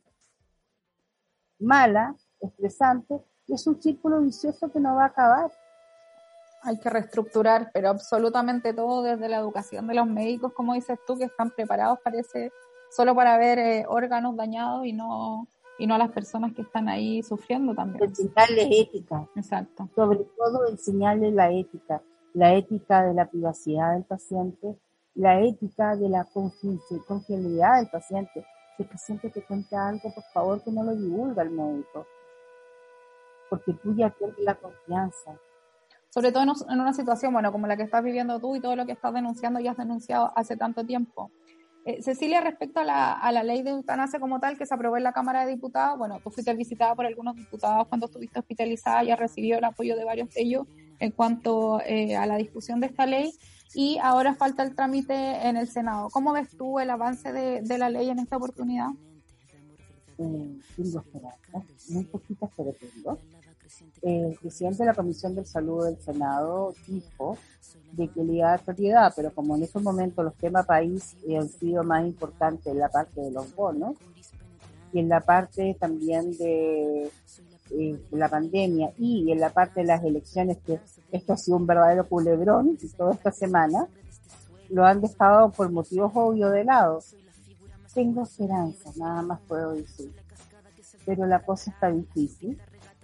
Mala, estresante, y es un círculo vicioso que no va a acabar.
Hay que reestructurar, pero absolutamente todo, desde la educación de los médicos, como dices tú, que están preparados, parece, solo para ver órganos dañados y no a las personas que están ahí sufriendo también.
Enseñarles ética.
Exacto.
Sobre todo enseñarles la ética de la privacidad del paciente, la ética de la confiabilidad del paciente. Si el paciente te cuenta algo, por favor, que no lo divulga al médico, porque tú ya pierdes la confianza.
Sobre todo en una situación, bueno, como la que estás viviendo tú y todo lo que estás denunciando y has denunciado hace tanto tiempo. Cecilia, respecto a la ley de eutanasia como tal que se aprobó en la Cámara de Diputados, bueno, tú fuiste visitada por algunos diputados cuando estuviste hospitalizada y has recibido el apoyo de varios de ellos en cuanto a la discusión de esta ley, y ahora falta el trámite en el Senado. ¿Cómo ves tú el avance de la ley en esta oportunidad?
Tengo esperanzas, muy poquitas, pero tengo. El presidente de la Comisión de Salud del Senado dijo de que le iba a dar prioridad, pero como en esos momentos los temas país han sido más importantes en la parte de los bonos y en la parte también de la pandemia y en la parte de las elecciones, que esto ha sido un verdadero culebrón toda esta semana, lo han dejado por motivos obvios de lado. Tengo esperanza, nada más puedo decir, pero la cosa está difícil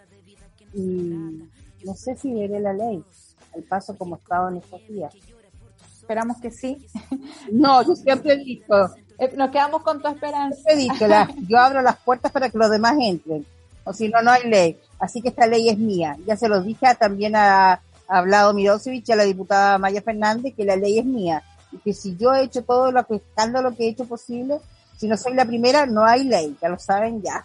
y no sé si veré la ley al paso como estaba en estos días.
Esperamos que sí.
No, yo siempre he dicho,
nos quedamos con tu esperanza.
Siempre he dicho, yo abro las puertas para que los demás entren, o si no, no hay ley. Así que esta ley es mía. Ya se los dije también a Vlado Mirosevich y a la diputada Maya Fernández que la ley es mía y que si yo he hecho todo lo que he hecho posible, Si no soy la primera, no hay ley, ya lo saben ya.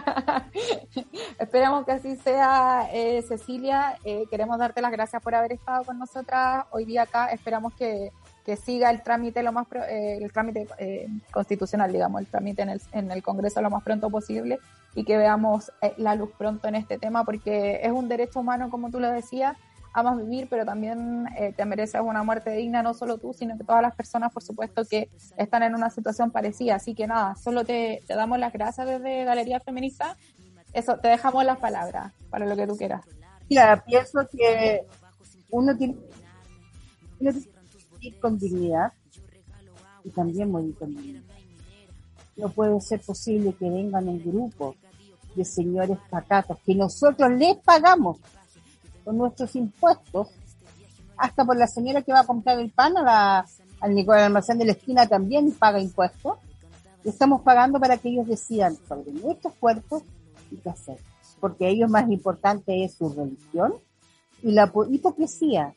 Esperamos que así sea, Cecilia. Queremos darte las gracias por haber estado con nosotras hoy día acá. Esperamos que siga el trámite el trámite constitucional, digamos, el trámite en el Congreso lo más pronto posible y que veamos la luz pronto en este tema, porque es un derecho humano, como tú lo decías. Amas vivir, pero también te mereces una muerte digna, no solo tú, sino que todas las personas, por supuesto, que están en una situación parecida. Así que nada, solo te damos las gracias desde Galería Feminista. Eso, te dejamos las palabras para lo que tú quieras.
Mira, pienso que uno tiene que vivir con dignidad y también morir con dignidad. No puede ser posible que vengan un grupo de señores pacatos que nosotros les pagamos con nuestros impuestos, hasta por la señora que va a comprar el pan al almacén de la esquina también paga impuestos. Estamos pagando para que ellos decidan sobre nuestros cuerpos y qué hacer, porque a ellos más importante es su religión y la hipocresía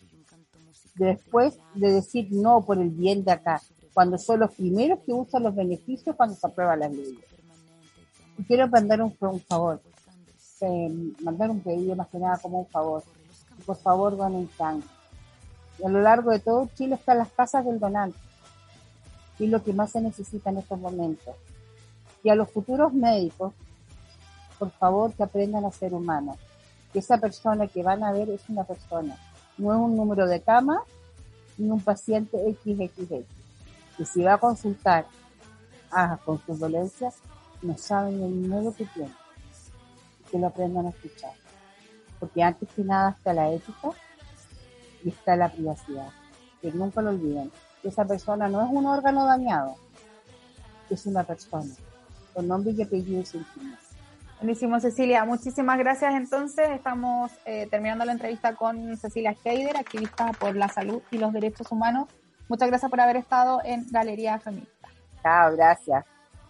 después de decir no por el bien de acá, cuando son los primeros que usan los beneficios cuando se aprueban las leyes. Y quiero mandar un favor, mandar un pedido más que nada como un favor. Por favor, donen sangre. Y a lo largo de todo Chile están las casas del donante, y es lo que más se necesita en estos momentos. Y a los futuros médicos, por favor, que aprendan a ser humanos, que esa persona que van a ver es una persona, no es un número de cama ni un paciente XXX, que si va a consultar con sus dolencias, no saben el miedo que tienen, que lo aprendan a escuchar, porque antes que nada está la ética y está la privacidad, que nunca lo olviden, que esa persona no es un órgano dañado, es una persona con nombre y apellido y sentimientos.
Buenísimo, Cecilia. Muchísimas gracias. Entonces, estamos terminando la entrevista con Cecilia Heider, activista por la salud y los derechos humanos. Muchas gracias por haber estado en Galería Feminista.
Chao, gracias.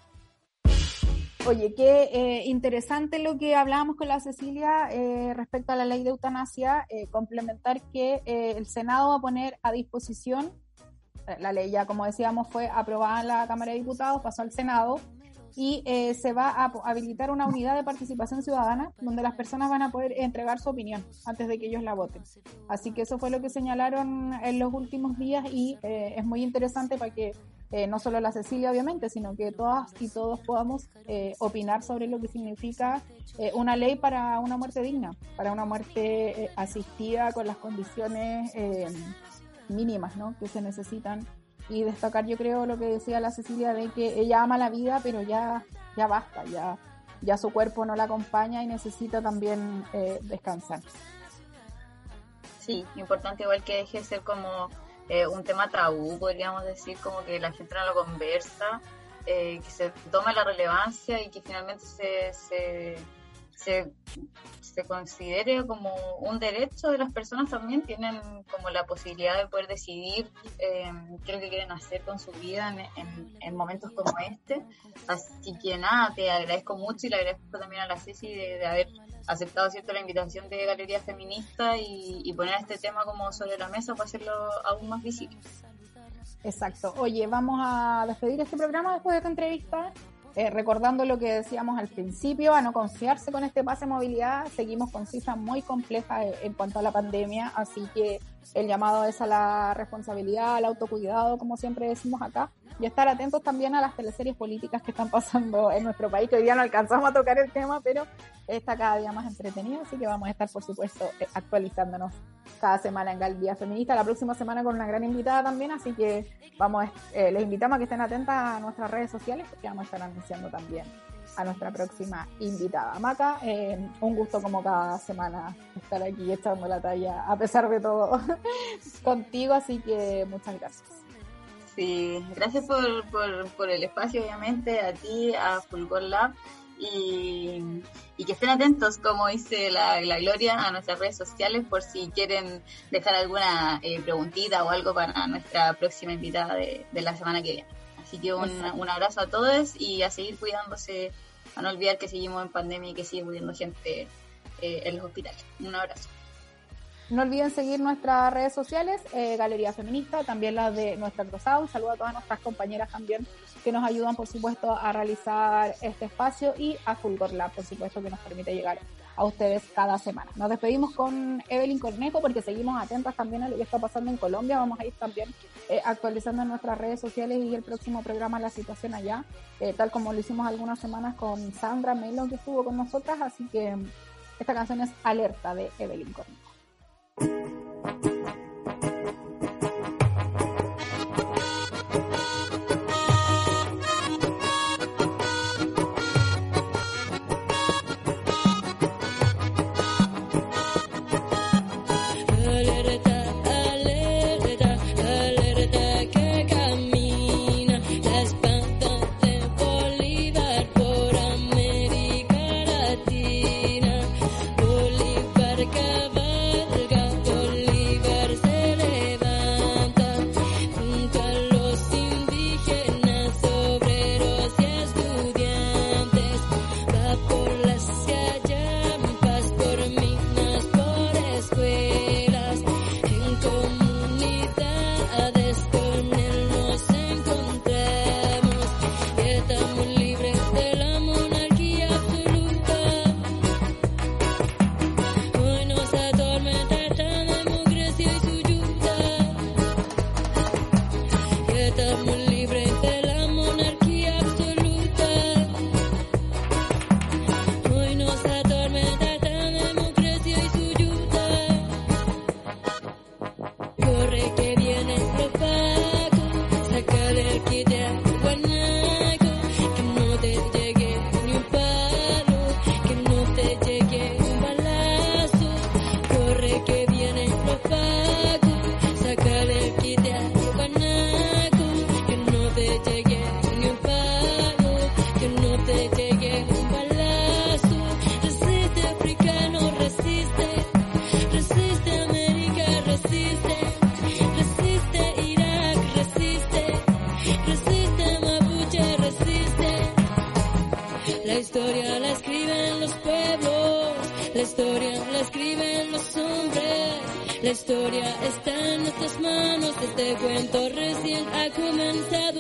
Oye, qué interesante lo que hablábamos con la Cecilia respecto a la ley de eutanasia. Complementar que el Senado va a poner a disposición, la ley ya, como decíamos, fue aprobada en la Cámara de Diputados, pasó al Senado, y se va a habilitar una unidad de participación ciudadana donde las personas van a poder entregar su opinión antes de que ellos la voten. Así que eso fue lo que señalaron en los últimos días y es muy interesante para que no solo la Cecilia, obviamente, sino que todas y todos podamos opinar sobre lo que significa una ley para una muerte digna, para una muerte asistida con las condiciones mínimas, ¿no?, que se necesitan. Y destacar, yo creo, lo que decía la Cecilia, de que ella ama la vida, pero ya basta, ya su cuerpo no la acompaña y necesita también descansar.
Sí, importante igual que deje de ser como un tema tabú, podríamos decir, como que la gente no lo conversa, que se tome la relevancia y que finalmente se considere como un derecho de las personas. También tienen como la posibilidad de poder decidir qué es lo que quieren hacer con su vida en momentos como este. Así que nada, te agradezco mucho y le agradezco también a la Ceci de haber aceptado, ¿cierto?, la invitación de Galería Feminista y poner este tema como sobre la mesa para hacerlo aún más visible.
Exacto. Oye, vamos a despedir este programa después de esta entrevista. Recordando lo que decíamos al principio, a no confiarse con este pase de movilidad. Seguimos con cifras muy complejas en cuanto a la pandemia, así que el llamado es a la responsabilidad, al autocuidado, como siempre decimos acá, y estar atentos también a las teleseries políticas que están pasando en nuestro país, que hoy día no alcanzamos a tocar el tema, pero está cada día más entretenido, así que vamos a estar, por supuesto, actualizándonos cada semana en Galería Feminista, la próxima semana con una gran invitada también, así que les invitamos a que estén atentas a nuestras redes sociales, porque vamos a estar anunciando también a nuestra próxima invitada. Maca, un gusto como cada semana estar aquí echando la talla, a pesar de todo, contigo, así que muchas gracias.
Sí, gracias por el espacio, obviamente, a ti, a Fulgor Lab, y que estén atentos, como dice la Gloria, a nuestras redes sociales por si quieren dejar alguna preguntita o algo para nuestra próxima invitada de la semana que viene. Así que un abrazo a todos y a seguir cuidándose, a no olvidar que seguimos en pandemia y que sigue muriendo gente en los hospitales. Un abrazo.
No olviden seguir nuestras redes sociales, Galería Feminista, también las de nuestra Cruzada. Un saludo a todas nuestras compañeras también que nos ayudan, por supuesto, a realizar este espacio, y a Fulgor Lab, por supuesto, que nos permite llegar a ustedes cada semana. Nos despedimos con Evelyn Cornejo porque seguimos atentas también a lo que está pasando en Colombia. Vamos a ir también actualizando en nuestras redes sociales y el próximo programa la situación allá, tal como lo hicimos algunas semanas con Sandra Melo, que estuvo con nosotras. Así que esta canción es Alerta, de Evelyn Cornejo.
La historia está en nuestras manos, este cuento recién ha comenzado.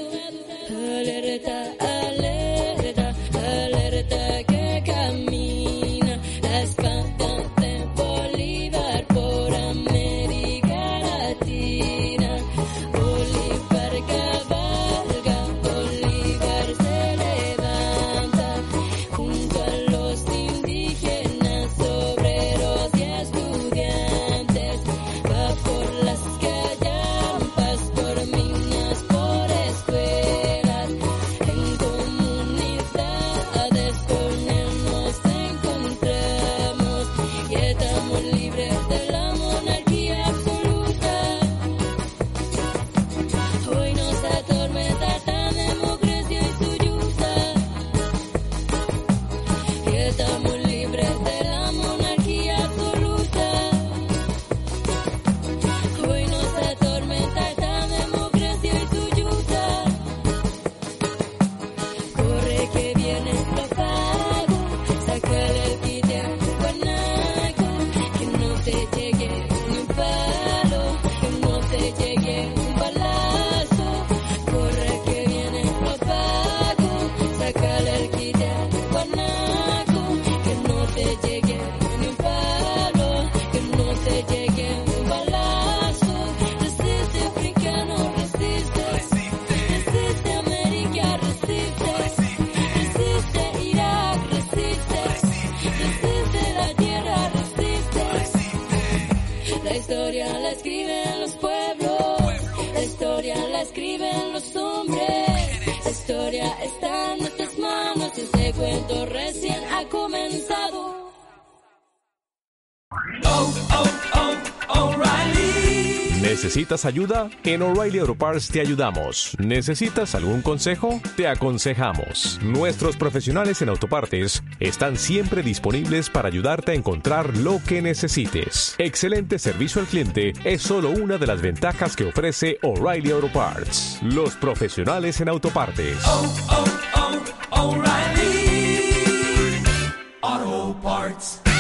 Alerta, alerta, alerta que camina la espada de Bolívar por América Latina. Bolívar cabalga, Bolívar se levanta junto a los indígenas, obreros y estudiantes. Va por las callampas, por minas, por escuelas, en comunidades con él nos encontramos y estamos libres de la monarquía absoluta. Hoy nos atormenta esta democracia y su yuta y estamos libres de la monarquía absoluta. Hoy nos atormenta esta democracia y su yuta. Corre que viene lo pago, sácale el quite al guanaco, que no te llegue ni un palo, que no te llegue un balazo. Corre que viene lo pago, sácale el quite al guanaco, que no te llegue ni un palo, que no te llegue un balazo. Resiste africano, resiste, resiste América, resiste, resiste Irak, resiste, resiste la tierra, resiste. La historia la escriben los pueblos, la historia la escriben los hombres, la historia está en nuestras manos, este cuento recién ha comenzado.
¿Necesitas ayuda? En O'Reilly Auto Parts te ayudamos. ¿Necesitas algún consejo? Te aconsejamos. Nuestros profesionales en autopartes están siempre disponibles para ayudarte a encontrar lo que necesites. Excelente servicio al cliente es solo una de las ventajas que ofrece O'Reilly Auto Parts. Los profesionales en autopartes.
O'Reilly Auto Parts.